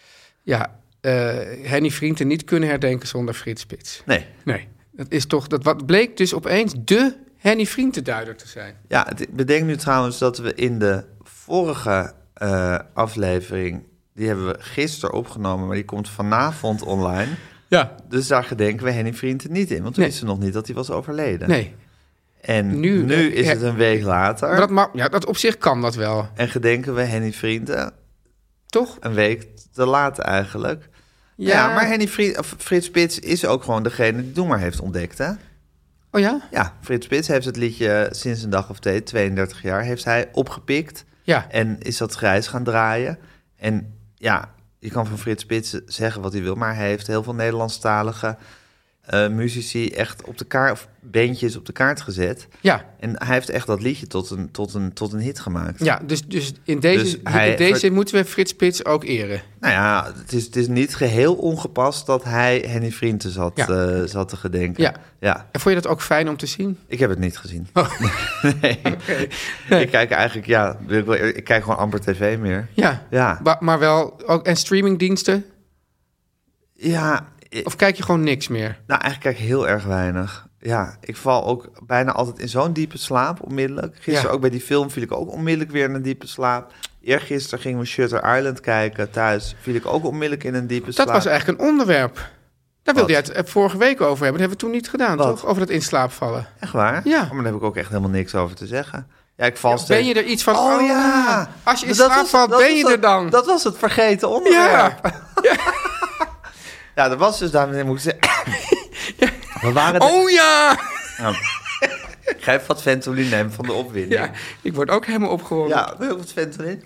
Henny Vrienden niet kunnen herdenken zonder Frits Spits. Nee. Dat is toch... Wat bleek dus opeens de Henny Vrienden-duider te zijn. Ja, bedenk nu trouwens dat we in de vorige aflevering... die hebben we gisteren opgenomen, maar die komt vanavond online. Ja. Dus daar gedenken we Henny Vrienden niet in. Want toen wisten ze nog niet dat hij was overleden. Nee. En nu is het een week later. Dat op zich kan dat wel. En gedenken we Henny Vrienden... Toch? Een week te laat eigenlijk. Ja, maar Frits Spits is ook gewoon degene die Doe Maar heeft ontdekt, hè? Oh ja? Ja, Frits Spits heeft het liedje sinds een dag of 32 jaar... heeft hij opgepikt en is dat grijs gaan draaien. En ja, je kan van Frits Spits zeggen wat hij wil... maar hij heeft heel veel Nederlandstalige muzici echt op de kaart... of bandjes op de kaart gezet. Ja. En hij heeft echt dat liedje tot een hit gemaakt. Ja, dus in deze moeten we Frits Spits ook eren. Nou ja, het is niet geheel ongepast dat hij Henny Vrienden zat te gedenken. Ja. En vond je dat ook fijn om te zien? Ik heb het niet gezien. Oh. Nee. Ik kijk eigenlijk, ik kijk gewoon amper tv meer. Ja. Maar wel ook en streamingdiensten? Ja. Of kijk je gewoon niks meer? Nou, eigenlijk kijk ik heel erg weinig. Ja, ik val ook bijna altijd in zo'n diepe slaap, onmiddellijk. Gisteren ook bij die film viel ik ook onmiddellijk weer in een diepe slaap. Eergisteren gingen we Shutter Island kijken thuis. Viel ik ook onmiddellijk in een diepe slaap. Dat was eigenlijk een onderwerp. Daar wilde jij het vorige week over hebben. Dat hebben we toen niet gedaan, toch? Over dat in slaap vallen. Echt waar? Ja. Maar daar heb ik ook echt helemaal niks over te zeggen. Ja, ik val ben je er iets van... Als je in slaap valt, ben je er dan? Dat was het vergeten onderwerp. Ja, dat was dus... Daarmee moet ik zeggen... We waren Oh ja! Nou, Grijp wat Ventolin nemen van de opwinding. Ja, ik word ook helemaal opgewonden. Ja, wil je wat Ventolin?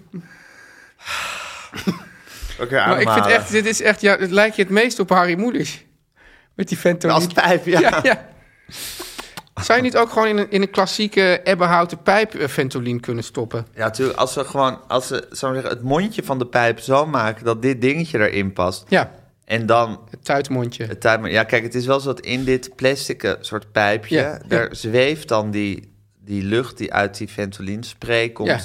Maar ik vind echt, dit is echt, het lijkt je het meest op Harry Mulisch. Met die Ventolin. Als pijp, ja. Zou je niet ook gewoon in een klassieke ebbenhouten pijp Ventolin kunnen stoppen? Ja, natuurlijk. Als we zou zeggen, het mondje van de pijp zo maken dat dit dingetje erin past. Ja. En dan... Het tuitmondje. Ja, kijk, het is wel zo dat in dit plastic soort pijpje... daar zweeft dan die lucht die uit die Ventolin-spray komt...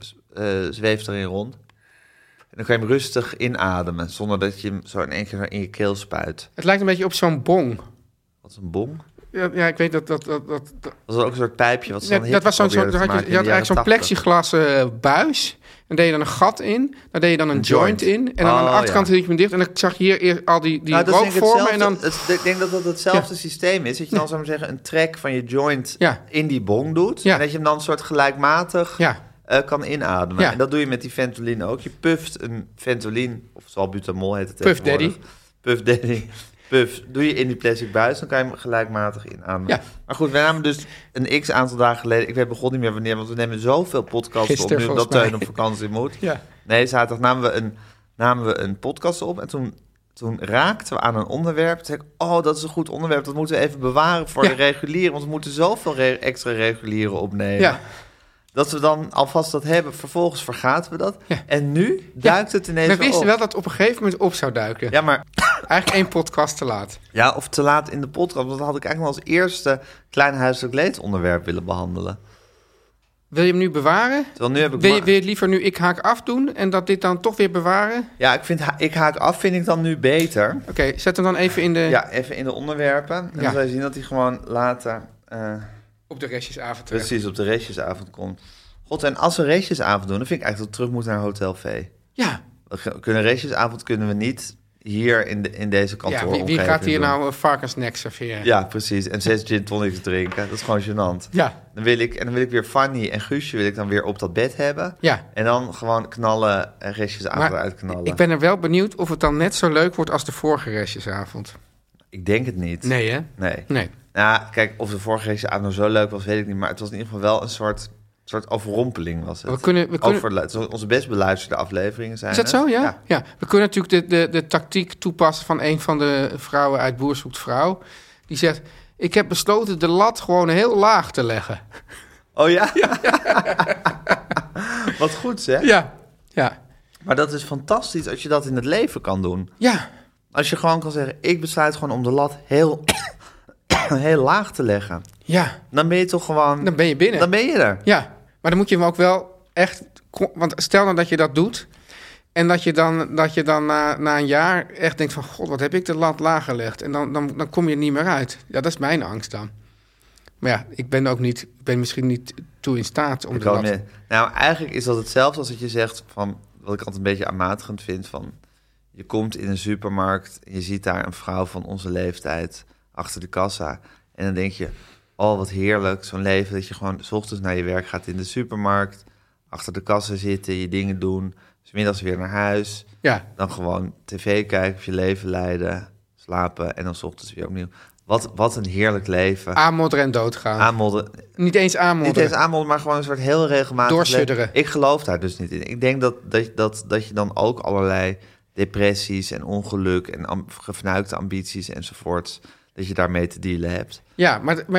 zweeft erin rond. En dan kan je hem rustig inademen... zonder dat je hem zo in één keer in je keel spuit. Het lijkt een beetje op zo'n bong. Wat is een bong? Ja, ik weet dat... Dat was ook een soort pijpje wat ze dan dat was je had eigenlijk zo'n plexiglas buis... En deed je dan een gat in. Dan deed je dan een joint in. En dan aan de achterkant hield je hem dicht. En dan zag je hier eerst al die rook vormen. En dan... Ik denk dat dat hetzelfde systeem is. Dat je dan, zou maar zeggen, een trek van je joint in die bong doet. Ja. En dat je hem dan een soort gelijkmatig kan inademen. Ja. En dat doe je met die Ventolin ook. Je puft een Ventolin, of salbutamol heet het tegenwoordig. Puff Daddy. Puff, doe je in die plastic buis, dan kan je hem gelijkmatig inademen. Ja. Maar goed, wij namen dus een x-aantal dagen geleden... Ik weet begon niet meer wanneer, want we nemen zoveel podcasts op... nu dat Teun op vakantie moet. Ja. Nee, zaterdag namen we een podcast op... en toen raakten we aan een onderwerp. Toen zei ik, dat is een goed onderwerp... dat moeten we even bewaren voor de regulieren... want we moeten zoveel extra regulieren opnemen... Ja. Dat we dan alvast dat hebben, vervolgens vergaten we dat. Ja. En nu duikt het ineens op. We wisten wel dat het op een gegeven moment op zou duiken. Ja, maar... Eigenlijk 1 podcast te laat. Ja, of te laat in de podcast. Want dat had ik eigenlijk nog als eerste klein huiselijk leed-onderwerp willen behandelen. Wil je hem nu bewaren? Nu heb ik wil je het liever nu ik haak af doen en dat dit dan toch weer bewaren? Ja, ik vind ik haak af vind ik dan nu beter. Oké, zet hem dan even in de... Ja, even in de onderwerpen. En dan zal je zien dat hij gewoon later... op de restjesavond Precies, op de restjesavond komt. God, en als we restjesavond doen, dan vind ik eigenlijk dat we terug moeten naar Hotel V. Ja. Restjesavond kunnen we niet hier in deze kantooromgeving wie gaat hier nou varkensnek serveren? Ja, precies. En 6 gin tonics drinken. Dat is gewoon gênant. Ja. Dan wil ik weer Fanny en Guusje wil ik dan weer op dat bed hebben. Ja. En dan gewoon knallen en restjesavond eruit knallen. Ik ben er wel benieuwd of het dan net zo leuk wordt als de vorige restjesavond. Ik denk het niet. Nee, hè? Nee. Nou, kijk, of de vorige restjesavond nou zo leuk was, weet ik niet. Maar het was in ieder geval wel een soort overrompeling was het. We kunnen... onze best beluisterde afleveringen zijn. Is dat zo, ja? We kunnen natuurlijk de tactiek toepassen van een van de vrouwen uit Boer zoekt vrouw. Die zegt, ik heb besloten de lat gewoon heel laag te leggen. Oh ja? Wat goed, zeg. Ja. Maar dat is fantastisch als je dat in het leven kan doen. Ja. Als je gewoon kan zeggen, ik besluit gewoon om de lat heel laag te leggen. Ja. Dan ben je toch gewoon... Dan ben je binnen. Dan ben je er. Ja, maar dan moet je hem ook wel echt... Want stel nou dat je dat doet... en dat je dan na een jaar echt denkt van... God, wat heb ik de lat laag gelegd? En dan kom je er niet meer uit. Ja, dat is mijn angst dan. Maar ja, ik ben misschien niet toe in staat om de lat... Nou, eigenlijk is dat hetzelfde als dat je zegt van... wat ik altijd een beetje aanmatigend vind van... je komt in een supermarkt... en je ziet daar een vrouw van onze leeftijd... achter de kassa. En dan denk je... oh, wat heerlijk, zo'n leven dat je gewoon 's ochtends naar je werk gaat in de supermarkt, achter de kassa zitten, je dingen doen, 's middags weer naar huis, dan gewoon tv kijken of je leven leiden, slapen en dan 's ochtends weer opnieuw. Wat een heerlijk leven. Aanmodderen en doodgaan. Niet eens aanmodderen. Maar gewoon een soort heel regelmatig doorschudderen. Ik geloof daar dus niet in. Ik denk dat je dan ook allerlei depressies en ongeluk en gefnuikte ambities enzovoorts... dat je daarmee te dealen hebt. Ja,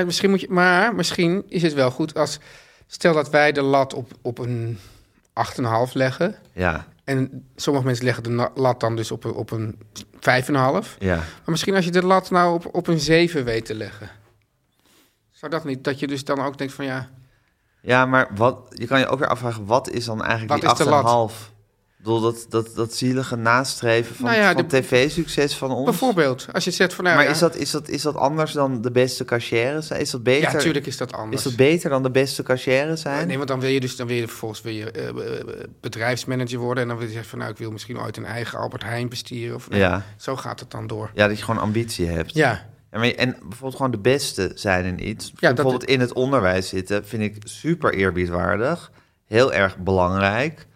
maar misschien is het wel goed als... Stel dat wij de lat op een 8,5 leggen. Ja. En sommige mensen leggen de lat dan dus op een 5,5. Ja. Maar misschien als je de lat nou op een 7 weet te leggen. Zou dat niet? Dat je dus dan ook denkt van ja... Ja, maar je kan je ook weer afvragen... wat is dan eigenlijk die 8,5... Ik bedoel, dat zielige nastreven van tv-succes van ons. Bijvoorbeeld, als je zegt van... maar is dat anders dan de beste cashier zijn? Is dat beter? Ja, natuurlijk is dat anders. Is dat beter dan de beste cashier zijn? Nee, want dan wil je vervolgens bedrijfsmanager worden... en dan wil je zeggen van, ik wil misschien ooit een eigen Albert Heijn bestieren. Of, zo gaat het dan door. Ja, dat je gewoon ambitie hebt. Ja. En bijvoorbeeld gewoon de beste zijn in iets. Ja, bijvoorbeeld in het onderwijs zitten vind ik super eerbiedwaardig. Heel erg belangrijk.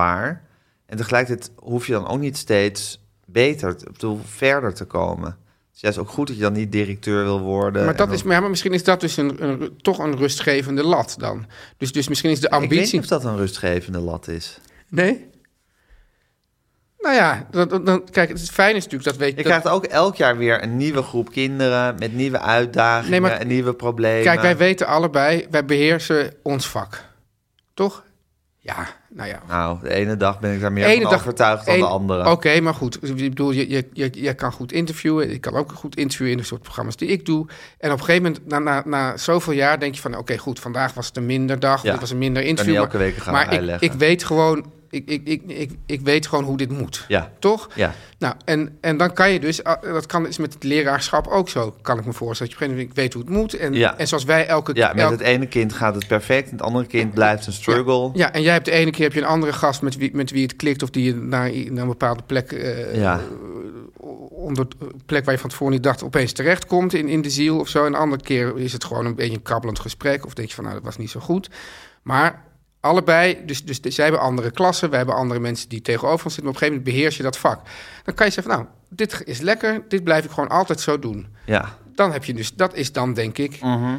Zwaar. En tegelijkertijd hoef je dan ook niet steeds verder te komen. is juist ook goed dat je dan niet directeur wil worden. Maar, maar misschien is dat dus toch een rustgevende lat dan. Dus misschien is de ambitie... Ik weet niet of dat een rustgevende lat is. Nee? Nou ja, kijk, het fijne is natuurlijk dat weet je... Je krijgt ook elk jaar weer een nieuwe groep kinderen met nieuwe uitdagingen en nieuwe problemen. Kijk, wij weten allebei, wij beheersen ons vak. Toch? Ja, nou ja. Nou, de ene dag ben ik daar meer van overtuigd dan de andere. Oké, maar goed. Ik bedoel, je kan goed interviewen. Ik kan ook goed interviewen in de soort programma's die ik doe. En op een gegeven moment, na zoveel jaar, denk je van... Oké, goed, vandaag was het een minder dag. Dit was een minder interview. Elke week gaan maar ik weet gewoon... Ik weet gewoon hoe dit moet. Ja. Toch? Ja. Nou, en dan kan je dus... Dat kan dus met het leraarschap ook zo, kan ik me voorstellen. Dat je op een gegeven moment weet hoe het moet. En zoals wij elke... Ja, met het ene kind gaat het perfect. En het andere kind blijft een struggle. Ja, en jij hebt de ene keer een andere gast met wie het klikt... of die je naar een bepaalde plek... onder plek waar je van tevoren niet dacht... opeens terechtkomt in de ziel of zo. En de andere keer is het gewoon een beetje een kabbelend gesprek. Of denk je van, nou, dat was niet zo goed. Maar... Allebei, dus zij hebben andere klassen, wij hebben andere mensen die tegenover ons zitten, maar op een gegeven moment beheers je dat vak. Dan kan je zeggen, nou, dit is lekker, dit blijf ik gewoon altijd zo doen. Ja. Dan heb je dus, dat is dan denk ik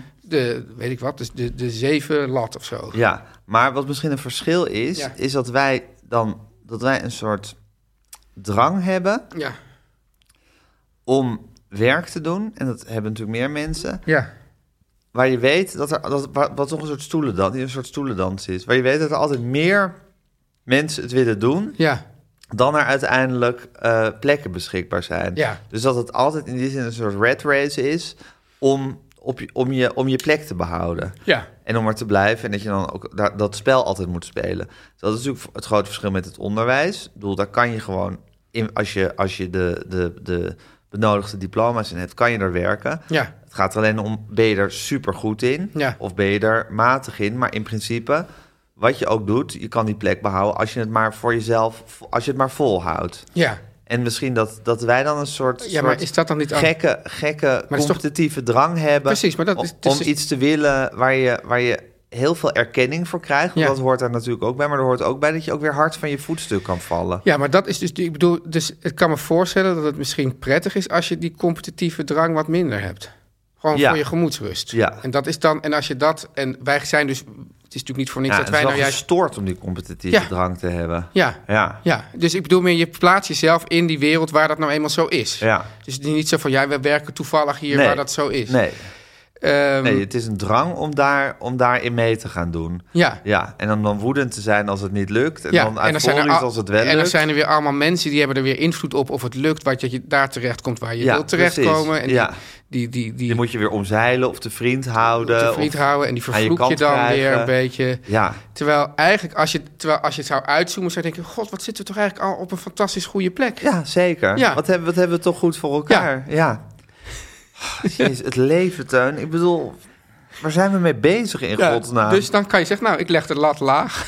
de 7 lat of zo. Ja, maar wat misschien een verschil is, is dat wij een soort drang hebben om werk te doen. En dat hebben natuurlijk meer mensen. Ja. Waar je weet wat toch een soort stoelendans is. Waar je weet dat er altijd meer mensen het willen doen... dan er uiteindelijk plekken beschikbaar zijn. Ja. Dus dat het altijd in die zin een soort rat race is... om je plek te behouden. Ja. En om er te blijven. En dat je dan ook dat spel altijd moet spelen. Dus dat is natuurlijk het grote verschil met het onderwijs. Ik bedoel, daar kan je gewoon... Als je de benodigde diploma's in hebt, kan je er werken. Ja. Het gaat er alleen om, ben je er super goed in? Ja. Of ben je er matig in? Maar in principe, wat je ook doet, je kan die plek behouden als je het maar voor jezelf, als je het maar volhoudt. Ja. En misschien dat wij dan een soort, maar is dat dan niet gekke competitieve drang hebben. Precies, maar dat is om iets te willen waar je heel veel erkenning voor krijgt. Want dat hoort daar natuurlijk ook bij. Maar er hoort ook bij dat je ook weer hard van je voetstuk kan vallen. Ja, maar dat is dus... Ik bedoel, dus ik kan me voorstellen dat het misschien prettig is... als je die competitieve drang wat minder hebt. Gewoon voor je gemoedsrust. Ja. En dat is dan... En als je dat... En wij zijn dus... Het is natuurlijk niet voor niks dat wij nou juist... Het is gestoord om die competitieve drang te hebben. Ja. Dus ik bedoel meer, je plaatst jezelf in die wereld waar dat nou eenmaal zo is. Ja. Dus het is niet zo van... we werken toevallig hier waar dat zo is. Nee. Nee, het is een drang om daarin mee te gaan doen. Ja. En dan woedend te zijn als het niet lukt. En dan euforisch als het wel lukt. En dan zijn er weer allemaal mensen die hebben er weer invloed op of het lukt, wat je daar terecht komt waar je wilt terechtkomen. En die moet je weer omzeilen of te vriend houden. En die vervloek je dan krijgen. Weer een beetje. Ja. Terwijl eigenlijk, als je het zou uitzoomen, zou je denken, god, wat zitten we toch eigenlijk al op een fantastisch goede plek. Ja, zeker. Ja. Wat hebben we toch goed voor elkaar. Ja. Jezus, het leven, Teun. Ik bedoel, waar zijn we mee bezig in godsnaam? Dus dan kan je zeggen, nou, ik leg de lat laag.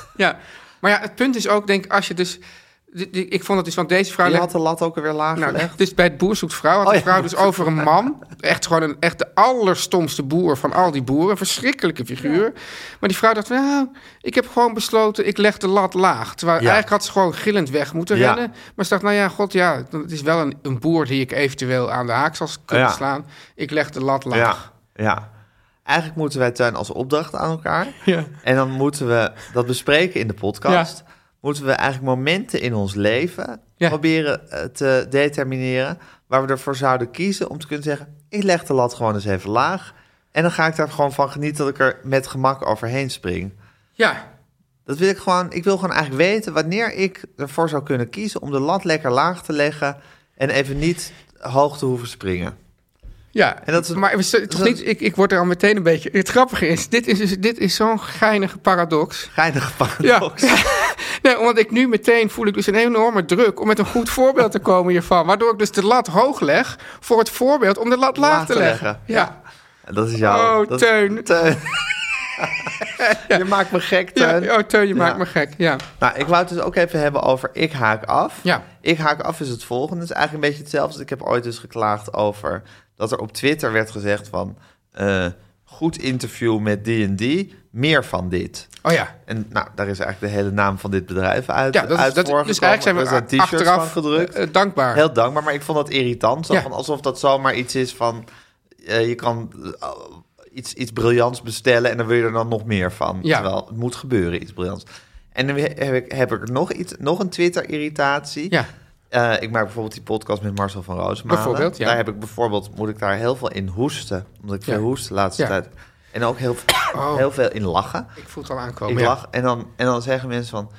Maar ja, het punt is ook, denk ik, als je dus... Ik vond het dus van deze vrouw... Je had de lat ook alweer laag gelegd? Dus bij het Boer Zoekt Vrouw had de vrouw dus over een man. Echt gewoon de allerstomste boer van al die boeren. Een verschrikkelijke figuur. Ja. Maar die vrouw dacht, nou, ik heb gewoon besloten, ik leg de lat laag. Terwijl eigenlijk had ze gewoon gillend weg moeten rennen. Maar ze dacht, nou ja, god, het is wel een boer die ik eventueel aan de haak zal kunnen slaan. Ik leg de lat laag. Ja. Eigenlijk moeten wij, Teun, als opdracht aan elkaar. Ja. En dan moeten we dat bespreken in de podcast. Ja. Moeten we eigenlijk momenten in ons leven proberen te determineren waar we ervoor zouden kiezen om te kunnen zeggen, ik leg de lat gewoon eens even laag en dan ga ik daar gewoon van genieten dat ik er met gemak overheen spring. Ja. Dat wil ik gewoon. Ik wil gewoon eigenlijk weten wanneer ik ervoor zou kunnen kiezen om de lat lekker laag te leggen en even niet hoog te hoeven springen. Ja, en dat is, maar toch niet, ik word er al meteen een beetje... Het grappige is, dit is zo'n geinige paradox. Geinige paradox. Ja. Nee, omdat ik nu meteen voel ik dus een enorme druk om met een goed voorbeeld te komen hiervan. Waardoor ik dus de lat hoog leg voor het voorbeeld om de lat laag te leggen. Ja. En dat is jouw... Oh, Teun. Je maakt me gek, Teun. Ja, Teun, je maakt me gek, ja. Nou, ik wou het dus ook even hebben over ik haak af. Ja. Ik haak af is het volgende. Het is eigenlijk een beetje hetzelfde. Ik heb ooit dus geklaagd over dat er op Twitter werd gezegd van... goed interview met die en die. meer van dit. Oh ja. En nou, daar is eigenlijk de hele naam van dit bedrijf uit dus eigenlijk zijn we achteraf gedrukt. Dankbaar. Heel dankbaar, maar ik vond dat irritant. Van alsof dat zomaar iets is van... je kan iets briljants bestellen en dan wil je er dan nog meer van. Ja. Terwijl het moet gebeuren, iets briljants. En dan heb ik nog een Twitter-irritatie. Ja. Ik maak bijvoorbeeld die podcast met Marcel van Roosmalen. Bijvoorbeeld, ja. Daar heb ik moet ik daar heel veel in hoesten. Omdat ik veel hoest de laatste tijd. En ook heel veel in lachen. Ik voel het al aankomen. Ik lach en dan zeggen mensen van...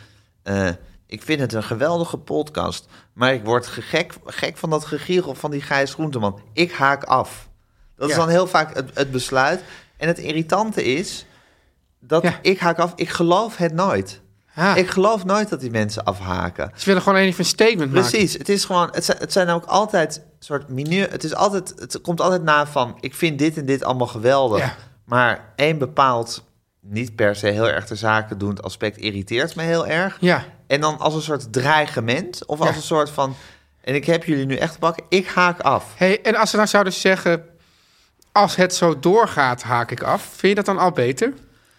ik vind het een geweldige podcast. Maar ik word gek van dat gegiegel van die Gijs Groenteman. Ik haak af. Dat is dan heel vaak het besluit. En het irritante is... dat ik haak af. Ik geloof het nooit. Ik geloof nooit dat die mensen afhaken. Ze willen gewoon even een statement maken. Precies. Het is gewoon... Het zijn ook altijd soort mineur... Het komt altijd na van... ik vind dit en dit allemaal geweldig. Ja. Maar één bepaald... niet per se heel erg de zaken doend aspect... irriteert me heel erg. Ja. En dan als een soort dreigement... of als een soort van... en ik heb jullie nu echt te pakken... ik haak af. Hey, en als ze nou zouden zeggen... als het zo doorgaat, haak ik af. Vind je dat dan al beter?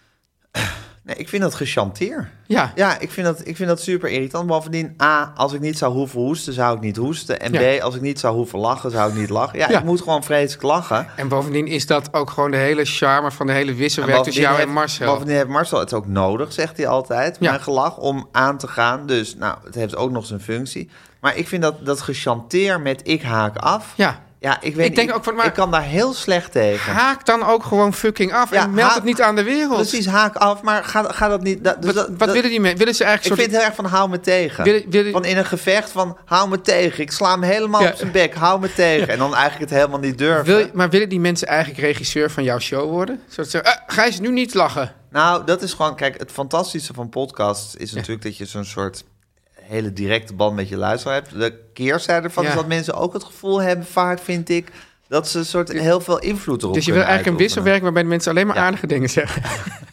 Nee, ik vind dat gechanteer. Ja. Ja, ik vind dat super irritant. Bovendien, A, als ik niet zou hoeven hoesten, zou ik niet hoesten. En B, als ik niet zou hoeven lachen, zou ik niet lachen. Ja, ik moet gewoon vreselijk lachen. En bovendien is dat ook gewoon de hele charme van de hele wisselwerk tussen jou en Marcel. Bovendien heeft Marcel het ook nodig, zegt hij altijd. Mijn gelach om aan te gaan. Dus, nou, het heeft ook nog zijn functie. Maar ik vind dat gechanteer met ik haak af... Ja, ik kan daar heel slecht tegen. Haak dan ook gewoon fucking af en meld het niet aan de wereld. Precies, haak af, maar ga dat niet... Wat willen die mensen? Willen ze eigenlijk vind het heel erg van hou me tegen. Van in een gevecht van hou me tegen. Ik sla hem helemaal op zijn bek, hou me tegen. En dan eigenlijk het helemaal niet durven. Maar willen die mensen eigenlijk regisseur van jouw show worden? Zodat ze Gijs, nu niet lachen. Nou, dat is gewoon... Kijk, het fantastische van podcasts is natuurlijk dat je zo'n soort... hele directe band met je luisteraar hebt. De keerzijde ervan is dat mensen ook het gevoel hebben, vaak vind ik, dat ze een soort heel veel invloed erop. Dus je wil eigenlijk een wisselwerk waarbij de mensen alleen maar aardige dingen zeggen.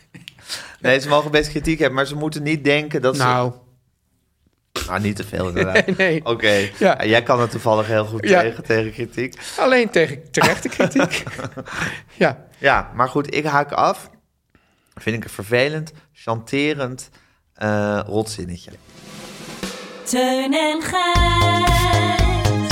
Nee, ze mogen best kritiek hebben, maar ze moeten niet denken dat ze... Nou, niet te veel inderdaad. Nee. Oké. Ja. Jij kan het toevallig heel goed tegen kritiek. Alleen tegen terechte kritiek. Ja, maar goed, ik haak af. Vind ik een vervelend, chanterend rotzinnetje. Teun en Gijs.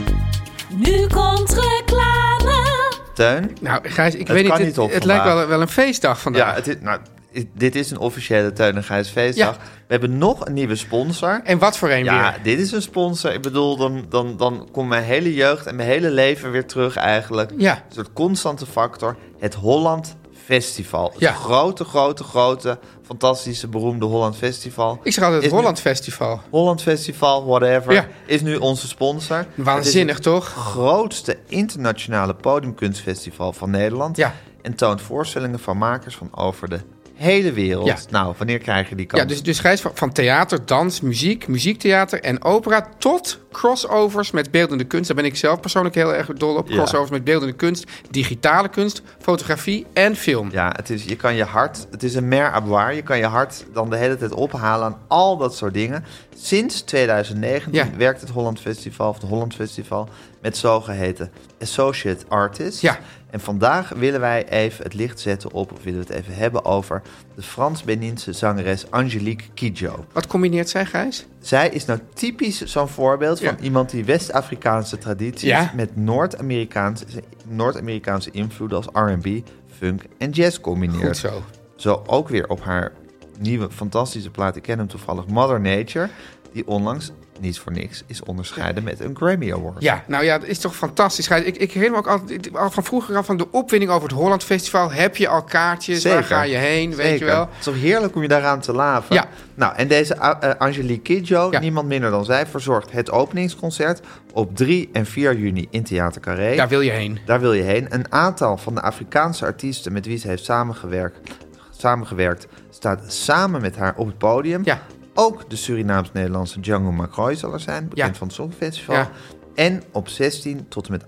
Nu komt reclame. Teun? Nou, Gijs, ik weet niet, het lijkt wel een feestdag vandaag. Ja, dit is een officiële Teun en Gijs feestdag. Ja. We hebben nog een nieuwe sponsor. En wat voor een weer? Ja, dit is een sponsor. Ik bedoel, dan komt mijn hele jeugd en mijn hele leven weer terug eigenlijk. Ja. Een soort constante factor. Het Holland Festival. Het grote, fantastische, beroemde Holland Festival. Ik zeg altijd het Holland Festival. Holland Festival, whatever, is nu onze sponsor. Waanzinnig, toch? Het grootste internationale podiumkunstfestival van Nederland. Ja. En toont voorstellingen van makers van over de hele wereld. Ja. Nou, wanneer krijg je die kans? Ja, dus Gijs, van theater, dans, muziek, muziektheater en opera tot crossovers met beeldende kunst. Daar ben ik zelf persoonlijk heel erg dol op. Crossovers met beeldende kunst, digitale kunst, fotografie en film. Ja, het is een mer à boire. Je kan je hart dan de hele tijd ophalen aan al dat soort dingen. Sinds 2019 werkt het Holland Festival met zogeheten associate artists. Ja. En vandaag willen wij even het licht zetten op, of willen we het even hebben over de Frans-Beninse zangeres Angélique Kidjo. Wat combineert zij, Gijs? Zij is nou typisch zo'n voorbeeld van iemand die West-Afrikaanse tradities met Noord-Amerikaanse invloeden als R&B, funk en jazz combineert. Goed zo. Zo ook weer op haar nieuwe fantastische plaat, ik ken hem toevallig, Mother Nature, die onlangs, niet voor niks, is onderscheiden met een Grammy Award. Ja, nou ja, dat is toch fantastisch. Ik herinner me ook altijd, al van vroeger af van de opwinding over het Holland Festival. Heb je al kaartjes? Zeker. Waar ga je heen? Weet je wel? Het is toch heerlijk om je daaraan te laven. Ja. Nou, en deze Angélique Kidjo, niemand minder dan zij, verzorgt het openingsconcert op 3 en 4 juni in Theater Carré. Daar wil je heen. Daar wil je heen. Een aantal van de Afrikaanse artiesten met wie ze heeft samengewerkt staat samen met haar op het podium. Ja. Ook de Surinaams-Nederlandse Django McCroy zal er zijn, bekend van het Songfestival. Ja. En op 16 tot en met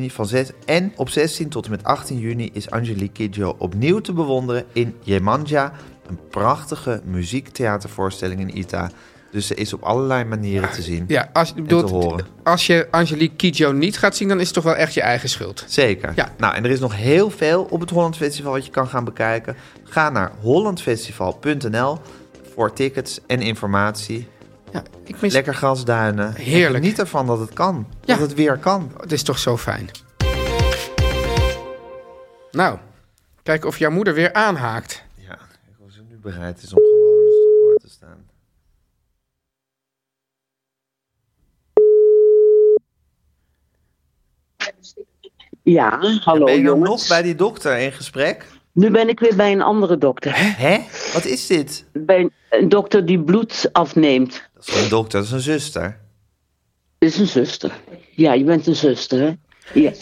18 juni is Angélique Kidjo opnieuw te bewonderen in Yemanja, een prachtige muziektheatervoorstelling in Ita, Dus ze is op allerlei manieren te zien. Ja, als je Angelique Kidjo niet gaat zien, dan is het toch wel echt je eigen schuld. Zeker. Ja. Nou, en er is nog heel veel op het Holland Festival wat je kan gaan bekijken. Ga naar hollandfestival.nl voor tickets en informatie. Ja, lekker grasduinen. Heerlijk. Niet ervan dat het kan. Dat het weer kan. Het is toch zo fijn. Nou, kijken of jouw moeder weer aanhaakt. Ja, of ze nu bereid is om gewoon te woord te staan. Ja, hallo ben je jongens. nog bij die dokter in gesprek? Nu ben ik weer bij een andere dokter. Hè? Wat is dit? Bij een dokter die bloed afneemt. Dat is geen dokter, dat is een zuster. Dat is een zuster. Ja, je bent een zuster, hè? Ja.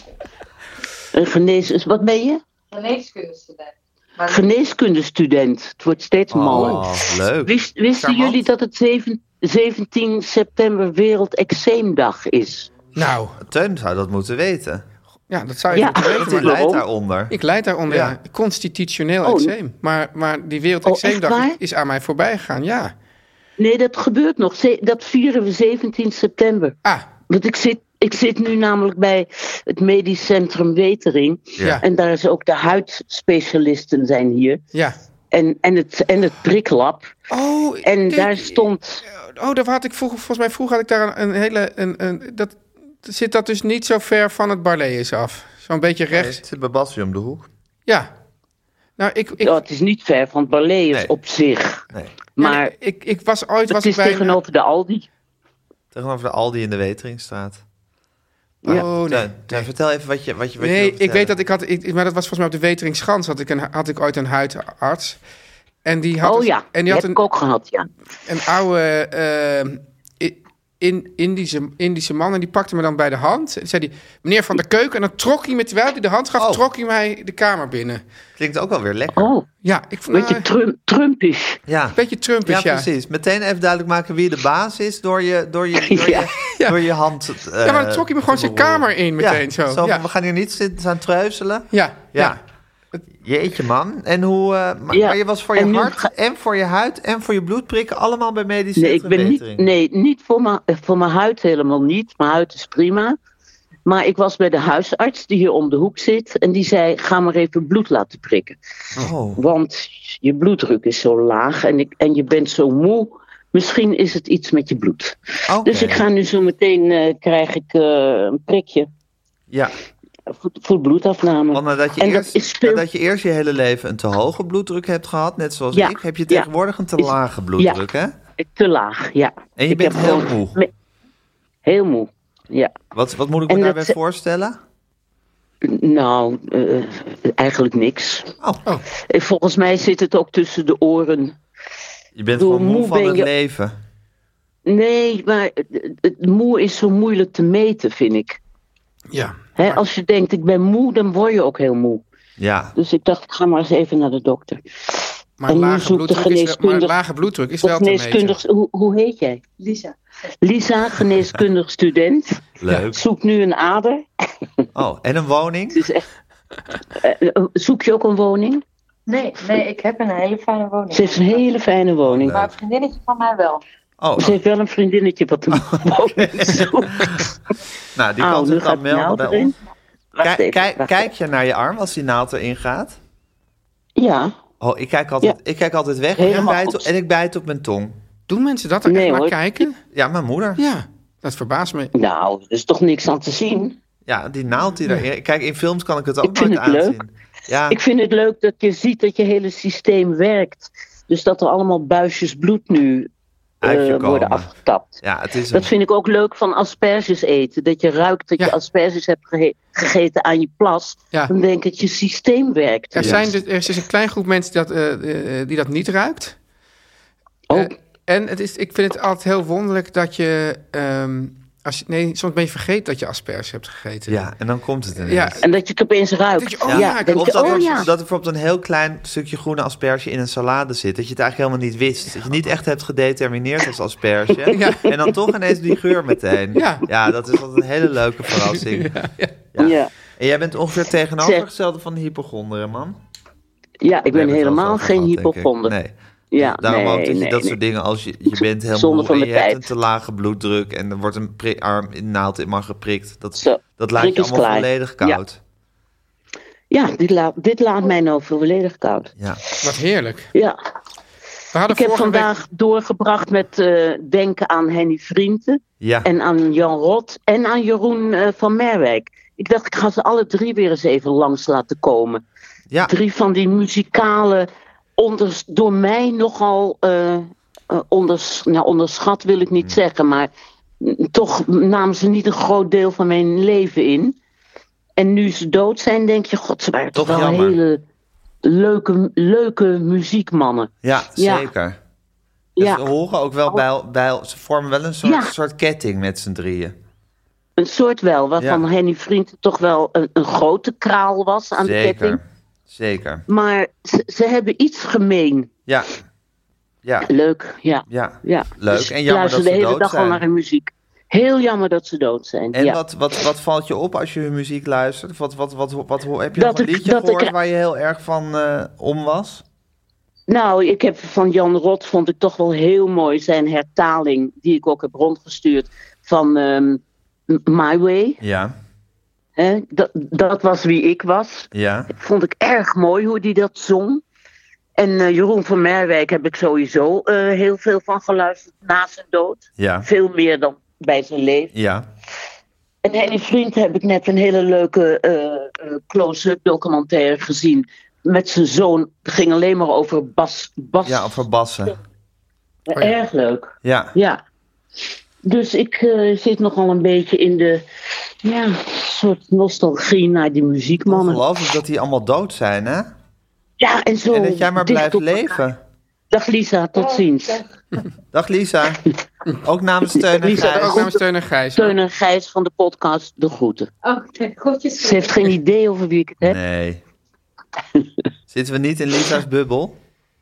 Een wat ben je? Geneeskundestudent. Geneeskundestudent. Het wordt steeds maller. Oh, leuk. Wisten jullie dat het 17 september Wereld-Eczeemdag is? Nou. Teun zou dat moeten weten. Ja, dat zou je moeten weten. Want hij leidt daaronder. Ik leid daaronder, ja. Constitutioneel eczeem. Maar die Wereld-Eczeemdag is aan mij voorbij gegaan, ja. Nee, dat gebeurt nog. Dat vieren we 17 september. Want ik zit nu namelijk bij het Medisch Centrum Wetering. Ja. En daar is ook de huidspecialisten zijn hier. Ja. En het priklab. Oh, en daar stond... Oh, daar had ik volgens mij vroeger had ik daar een hele... Zit dat dus niet zo ver van het Barlees af? Zo'n beetje rechts. Nee, het zit bij Bassie om de hoek. Ja. Nou, het is niet ver van het Barlees op zich. Nee. Maar ik was ooit... Het is tegenover de Aldi. Tegenover de Aldi in de Weteringstraat. Oh, nee. Vertel even wat je nee, ik weet dat ik had... maar dat was volgens mij op de Weteringschans. Had ik ooit een huidarts. En die had... En die had heb ik ook gehad, ja. Een oude... Indische man. En die pakte me dan bij de hand. En zei hij, meneer Van der Keuken. En dan trok hij, terwijl hij de hand gaf, trok hij mij de kamer binnen. Klinkt ook wel weer lekker. Oh, ja, beetje Trumpisch. Ja. Beetje Trumpisch, ja. Precies. Meteen even duidelijk maken wie de baas is door je hand. Ja, maar dan trok hij me gewoon zijn kamer in meteen. Ja, zo. We gaan hier niet zitten aan treuzelen. Ja. Jeetje man. En hoe? Maar je was voor je hart en voor je huid en voor je bloedprikken allemaal bij Medisch Centrum Wetering. Niet voor mijn huid helemaal niet. Mijn huid is prima. Maar ik was bij de huisarts die hier om de hoek zit. En die zei, ga maar even bloed laten prikken. Oh. Want je bloeddruk is zo laag en je bent zo moe. Misschien is het iets met je bloed. Okay. Dus ik ga nu zo meteen, krijg ik een prikje. Ja. Voor bloedafname. Want nadat je eerst je hele leven een te hoge bloeddruk hebt gehad, net zoals ik, heb je tegenwoordig een te lage bloeddruk, hè? Te laag, ja. En je bent heel moe. Heel moe, ja. Wat moet ik me daarbij voorstellen? Nou, eigenlijk niks. Oh. Volgens mij zit het ook tussen de oren. Je bent gewoon moe van het leven. Nee, maar het moe is zo moeilijk te meten, vind ik. Ja. Als je denkt, ik ben moe, dan word je ook heel moe. Ja. Dus ik dacht, ik ga maar eens even naar de dokter. Maar lage bloeddruk is wel te meten. Hoe heet jij? Lisa, geneeskundig student. Leuk. Zoek nu een ader. Oh, en een woning? Dus echt, zoek je ook een woning? Nee, ik heb een hele fijne woning. Ze heeft een hele fijne woning. Maar een vriendinnetje van mij wel. Oh. Ze heeft wel een vriendinnetje wat een woning zoekt. Nou, die kan zich dan melden bij ons. Kijk je naar je arm als die naald erin gaat? Ja. Oh, ik kijk altijd weg en ik bijt op mijn tong. Doen mensen dat er echt naar kijken? Ja, mijn moeder. Ja, dat verbaast me. Nou, er is toch niks aan te zien? Ja, die naald die erin... Kijk, in films kan ik het ook nooit aanzien. Leuk. Ja. Ik vind het leuk dat je ziet dat je hele systeem werkt. Dus dat er allemaal buisjes bloed nu worden afgetapt. Ja, dat vind ik ook leuk van asperges eten. Dat je ruikt dat je asperges hebt gegeten aan je plas. Ja. Dan denk ik dat je systeem werkt. Er is een klein groep mensen die dat niet ruikt. Oh. En ik vind het altijd heel wonderlijk dat je... soms ben je vergeten dat je asperges hebt gegeten. Ja, en dan komt het ineens. Ja. En dat je het opeens ruikt. Dat er bijvoorbeeld een heel klein stukje groene asperge in een salade zit. Dat je het eigenlijk helemaal niet wist. Dat je niet echt hebt gedetermineerd als asperge. Ja. En dan toch ineens die geur meteen. Ja, dat is altijd een hele leuke verrassing. Ja. En jij bent ongeveer tegenovergestelde van de hypochonder, man. Ja, ik ben helemaal geen hypochonder. Nee. Ja, daarom ook dat soort dingen als je bent heel moe en je hebt een te lage bloeddruk en er wordt een naald in mag geprikt. Dat laat je allemaal volledig koud. Ja, dit laat mij nou volledig koud. Ja. Wat heerlijk. Ja. Ik heb vandaag doorgebracht met denken aan Henny Vrienden. Ja. En aan Jan Rot en aan Jeroen van Merwijk. Ik dacht, ik ga ze alle 3 weer eens even langs laten komen. Ja. 3 van die muzikale, door mij nogal onderschat wil ik niet zeggen. Maar toch namen ze niet een groot deel van mijn leven in. En nu ze dood zijn, denk je, god, ze waren toch wel hele leuke muziekmannen. Ja, zeker. Ja. Ze horen ook wel ze vormen wel een soort ketting met z'n drieën. Een soort wel, waarvan Henny Vrienden toch wel een grote kraal was aan de ketting. Zeker. Maar ze hebben iets gemeen. Ja. Leuk, ja. Leuk. Dus en jammer dat ze dood zijn. de hele dag al naar hun muziek. Heel jammer dat ze dood zijn. En wat valt je op als je hun muziek luistert? Wat heb je nog een liedje gehoord waar je heel erg van om was? Nou, ik heb van Jan Rot, vond ik toch wel heel mooi zijn hertaling, die ik ook heb rondgestuurd, van My Way. Ja. Dat was wie ik was. Ja. Vond ik erg mooi hoe die dat zong. En Jeroen van Merwijk heb ik sowieso heel veel van geluisterd na zijn dood. Ja. Veel meer dan bij zijn leven. Ja. En Henny Vriend heb ik net een hele leuke close-up documentaire gezien. Met zijn zoon. Het ging alleen maar over bas. Ja, over bassen. Erg leuk. Ja. Dus ik zit nogal een beetje in de soort nostalgie naar die muziekmannen. Ongelooflijk dat die allemaal dood zijn, hè? Ja, en zo. En dat jij maar blijft leven. Dag Lisa, tot ziens. Dag Lisa. Ook namens Teun en Gijs. Ook namens Teun en Gijs. Teun en Gijs van de podcast De Groeten. Groetjes. Ze heeft geen idee over wie ik het heb. Nee. Zitten we niet in Lisa's bubbel?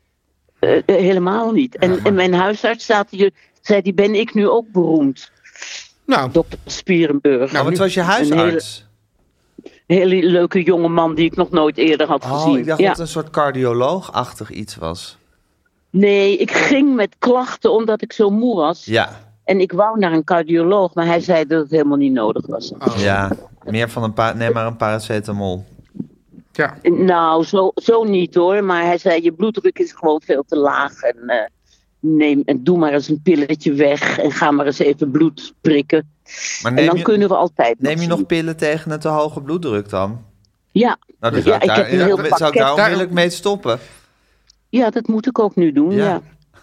Helemaal niet. En mijn huisarts zei, die ben ik nu ook beroemd. Nou. Dr. Spierenburg. Nou, wat was je huisarts? Een hele leuke jonge man die ik nog nooit eerder had gezien. Ik dacht dat het een soort cardioloog-achtig iets was. Nee, ik ging met klachten omdat ik zo moe was. Ja. En ik wou naar een cardioloog, maar hij zei dat het helemaal niet nodig was. Ja, meer van neem maar een paracetamol. Ja. Nou, zo niet hoor. Maar hij zei, je bloeddruk is gewoon veel te laag. En doe maar eens een pilletje weg. En ga maar eens even bloed prikken. Maar en dan kunnen we altijd neem je nog pillen tegen een te hoge bloeddruk dan? Ja. Nou, dan zou ik daar onmiddellijk mee stoppen. Ja, dat moet ik ook nu doen, ja.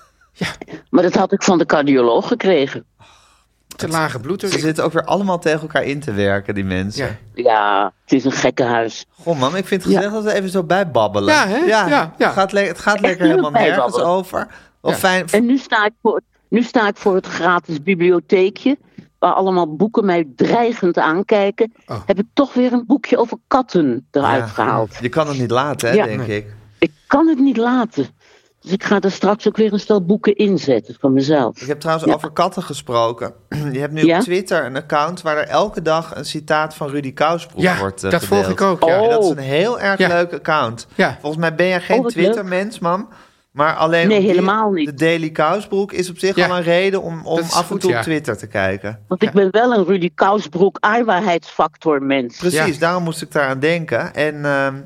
Maar dat had ik van de cardioloog gekregen. Te lage bloeddruk. Ze zitten ook weer allemaal tegen elkaar in te werken, die mensen. Ja, het is een gekke huis. Goh man, ik vind het gezellig dat we even zo bijbabbelen. Ja, hè? Ja. Het gaat lekker helemaal nergens over. Fijn. En nu sta ik voor het gratis bibliotheekje, waar allemaal boeken mij dreigend aankijken. Heb ik toch weer een boekje over katten eruit gehaald. Je kan het niet laten, hè, denk ik. Ik kan het niet laten. Dus ik ga er straks ook weer een stel boeken inzetten van mezelf. Ik heb trouwens over katten gesproken. Je hebt nu op Twitter een account waar er elke dag een citaat van Rudy Kousbroek wordt gedeeld. Dat volg ik ook, ja. En dat is een heel erg leuk account. Ja. Volgens mij ben je geen Twitter-mens, mam. Maar alleen helemaal niet. De Daily Kousbroek is op zich al een reden om af en toe op Twitter te kijken. Want ik ben wel een Rudy Kousbroek aaibaarheidsfactor mens. Precies, daarom moest ik daaraan denken. En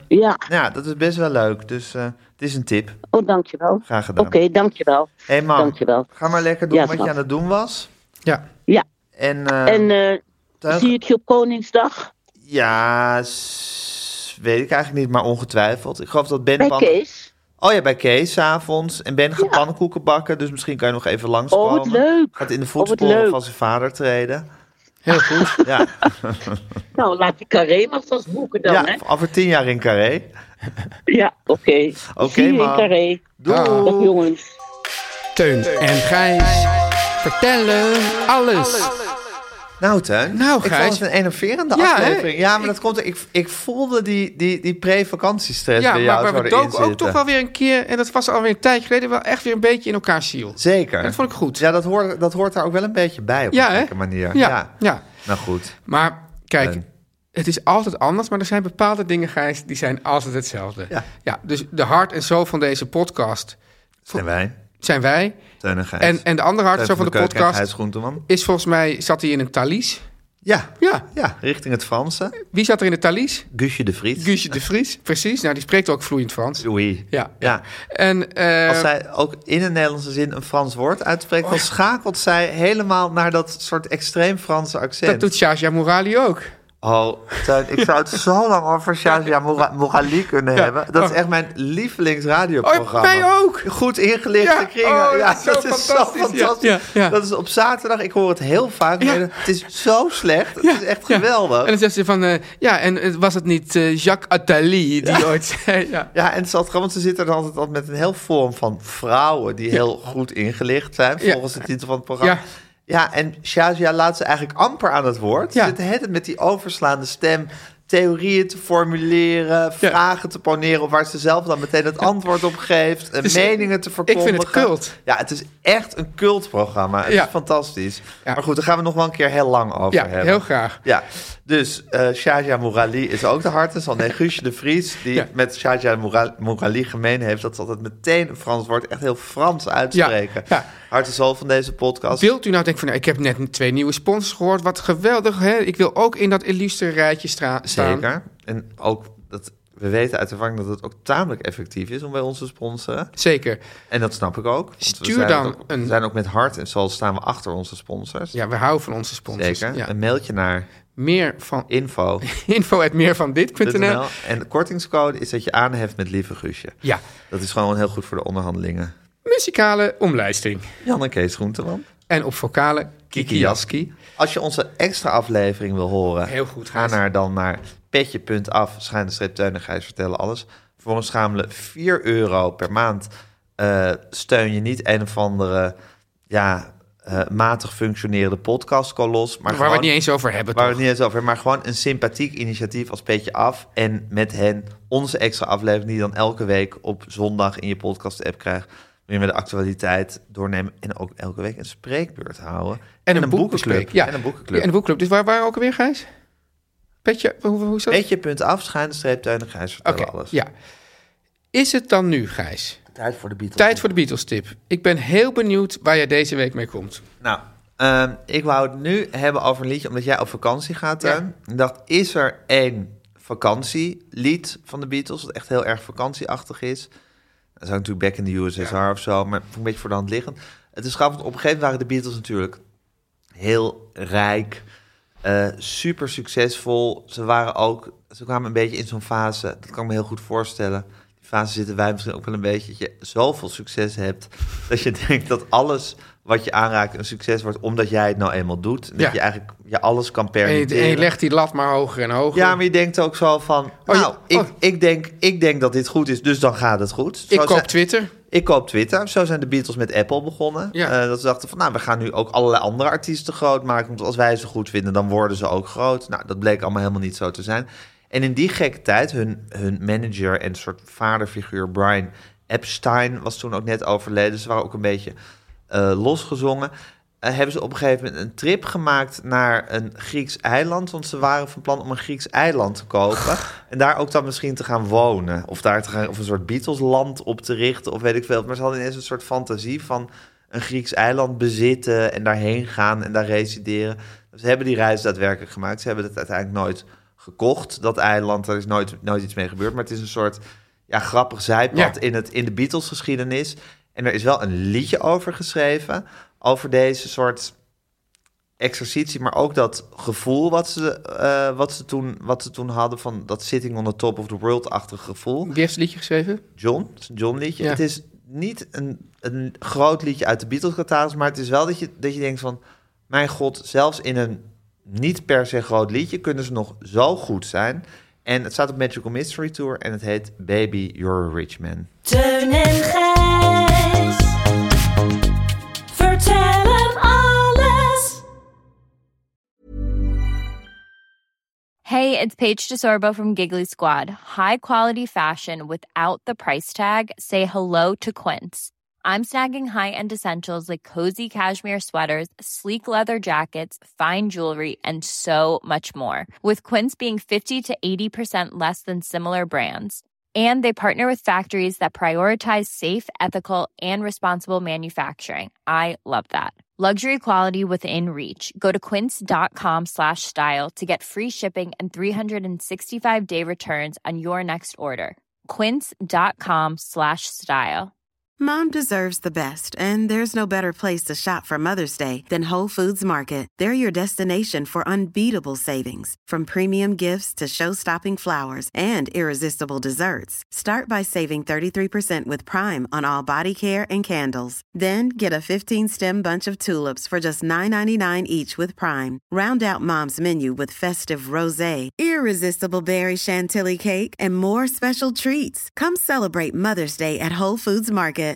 dat is best wel leuk. Dus het is een tip. Oh, dankjewel. Graag gedaan. Oké, dankjewel. Hé mam, dankjewel. Ga maar lekker doen wat je aan het doen was. Ja. En zie ik je op Koningsdag? Ja, weet ik eigenlijk niet, maar ongetwijfeld. Ik geloof dat Ben... Bij Kees? Oh ja, bij Kees 's avonds. En Ben gaat pannenkoeken bakken, dus misschien kan je nog even langskomen. Oh, wat leuk. Gaat in de voetsporen van zijn vader treden. Heel goed. Ja. Nou, laat die Carré maar vast boeken dan, hè? Over 10 jaar in Carré. Ja, oké. Zie je in Carré. Doei. Dag jongens. Teun en Gijs vertellen alles. Nou, Teun. Nou, ik vond het een enerverende aflevering. Ja, maar dat komt... Ik voelde die pre-vakantiestress bij jou. Ja, maar we doken ook toch wel weer een keer... en dat was alweer een tijd geleden... wel echt weer een beetje in elkaar ziel. Zeker. En dat vond ik goed. Ja, dat hoort daar ook wel een beetje bij op een gekke manier. Ja. Nou goed. Maar kijk, het is altijd anders... maar er zijn bepaalde dingen, Gijs, die zijn altijd hetzelfde. Ja, dus de hart en ziel van deze podcast... Zijn wij. Teun en Gijs. En de andere hartstikke van de podcast is volgens mij, zat hij in een talies. Ja, richting het Franse. Wie zat er in het talies? Guusje de Vries. Precies. Nou, die spreekt ook vloeiend Frans. Oui. Ja. En, als zij ook in een Nederlandse zin een Frans woord uitspreekt, dan schakelt zij helemaal naar dat soort extreem Franse accent. Dat doet Shazia Morali ook. Oh, Teun, ik zou het zo lang over Shazia Morali kunnen hebben. Dat is echt mijn lievelingsradioprogramma. Mij ook. Goed ingelichte kringen. Dat is zo fantastisch. Ja. Dat is op zaterdag. Ik hoor het heel vaak. Ja. Het is zo slecht. Het is echt geweldig. En dan zegt ze van... en was het niet Jacques Attali die ooit zei... Ja, en het is altijd grappig, want ze zitten er altijd met een heel vorm van vrouwen... die heel goed ingelicht zijn, volgens de titel van het programma. Ja, en Shazia laat ze eigenlijk amper aan het woord. Ze zitten het met die overslaande stem... theorieën te formuleren, vragen te poneren... waar ze zelf dan meteen het antwoord op geeft... Dus meningen te verkondigen. Ik vind het cult. Ja, het is echt een cultprogramma. Het is fantastisch. Ja. Maar goed, daar gaan we nog wel een keer heel lang over hebben. Ja, heel graag. Ja, dus Shazia Morali is ook de hartens. Nee, Guusje de Vries, die met Shazia Morali gemeen heeft... dat ze altijd meteen een Frans woord echt heel Frans uitspreken. Ja. Hart en ziel van deze podcast. Wilt u nou denken van... ik heb net 2 nieuwe sponsors gehoord, wat geweldig, hè? Ik wil ook in dat illustre rijtje staan. Zeker. En ook we weten uit ervaring dat het ook tamelijk effectief is om bij ons te sponsoren. Zeker. En dat snap ik ook. Stuur dan we zijn ook met hart en zo staan we achter onze sponsors. Ja, we houden van onze sponsors. Zeker. Ja. Een mailtje naar info@meervandit.nl. En de kortingscode is dat je aanheft met lieve Guusje. Ja. Dat is gewoon heel goed voor de onderhandelingen. Muzikale omlijsting. Jan en Kees Groenteman. En op vocale Kiki Jaski. Als je onze extra aflevering wil horen... Heel goed, ga dan naar petje.af/Teun en Gijs vertellen alles. Voor een schamele €4 per maand steun je niet een of andere... matig functionerende podcastkolos. Waar we het niet eens over hebben, Waar we het niet eens over hebben, maar gewoon een sympathiek initiatief als Petje Af. En met hen onze extra aflevering die je dan elke week op zondag in je podcast-app krijgt. Waarin we de actualiteit doornemen en ook elke week een spreekbeurt houden. En een boekenclub. Ja. En een boekenclub. Dus waar ook alweer, Gijs? Petje, hoe is dat? Petje.af/Teun en Gijs vertellen alles. Ja. Is het dan nu, Gijs? Tijd voor de Beatles. Tijd voor de Beatles tip. Ik ben heel benieuwd waar jij deze week mee komt. Nou, ik wou het nu hebben over een liedje, omdat jij op vakantie gaat, Teun. Ik dacht, is er één vakantielied van de Beatles, dat echt heel erg vakantieachtig is? Dat zou natuurlijk Back in the USSR of zo, maar vond een beetje voor de hand liggend. Het is grappig, want op een gegeven moment waren de Beatles natuurlijk heel rijk, super succesvol. Ze kwamen een beetje in zo'n fase, dat kan ik me heel goed voorstellen. Die fase zitten wij misschien ook wel een beetje, dat je zoveel succes hebt, dat je denkt dat alles wat je aanraakt een succes wordt, omdat jij het nou eenmaal doet. En dat je eigenlijk alles kan permitteren. En je legt die lat maar hoger en hoger. Ja, maar je denkt ook zo van, ik denk dat dit goed is, dus dan gaat het goed. Ik koop Twitter. Ik koop Twitter. Zo zijn de Beatles met Apple begonnen. Ja. Dat ze dachten van, we gaan nu ook allerlei andere artiesten groot maken. Want als wij ze goed vinden, dan worden ze ook groot. Nou, dat bleek allemaal helemaal niet zo te zijn. En in die gekke tijd, hun manager en soort vaderfiguur Brian Epstein was toen ook net overleden. Ze waren ook een beetje losgezongen. Hebben ze op een gegeven moment een trip gemaakt naar een Grieks eiland. Want ze waren van plan om een Grieks eiland te kopen. En daar ook dan misschien te gaan wonen. Of daar of een soort Beatlesland op te richten. Of weet ik veel. Maar ze hadden ineens een soort fantasie van een Grieks eiland bezitten. En daarheen gaan en daar resideren. Ze hebben die reis daadwerkelijk gemaakt. Ze hebben het uiteindelijk nooit gekocht, dat eiland. Er is nooit iets mee gebeurd. Maar het is een soort grappig zijpad in de Beatles-geschiedenis. En er is wel een liedje over geschreven, over deze soort exercitie, maar ook dat gevoel wat ze toen hadden van dat sitting on the top of the world-achtig gevoel. Wie heeft het liedje geschreven? John. Het is een John-liedje. Ja. Het is niet een groot liedje uit de Beatles-catalogus, maar het is wel dat je denkt van, mijn god, zelfs in een niet per se groot liedje kunnen ze nog zo goed zijn. En het staat op Magical Mystery Tour en het heet Baby, You're a Rich Man. Teun en Gijs. Vertel hem alles. Hey, it's Paige DeSorbo from Giggly Squad. High quality fashion without the price tag. Say hello to Quince. I'm snagging high-end essentials like cozy cashmere sweaters, sleek leather jackets, fine jewelry, and so much more. With Quince being 50 to 80% less than similar brands. And they partner with factories that prioritize safe, ethical, and responsible manufacturing. I love that. Luxury quality within reach. Go to quince.com/style to get free shipping and 365-day returns on your next order. Quince.com/style. Mom deserves the best, and there's no better place to shop for Mother's Day than Whole Foods Market. They're your destination for unbeatable savings, from premium gifts to show-stopping flowers and irresistible desserts. Start by saving 33% with Prime on all body care and candles. Then get a 15-stem bunch of tulips for just $9.99 each with Prime. Round out Mom's menu with festive rosé, irresistible berry chantilly cake, and more special treats. Come celebrate Mother's Day at Whole Foods Market.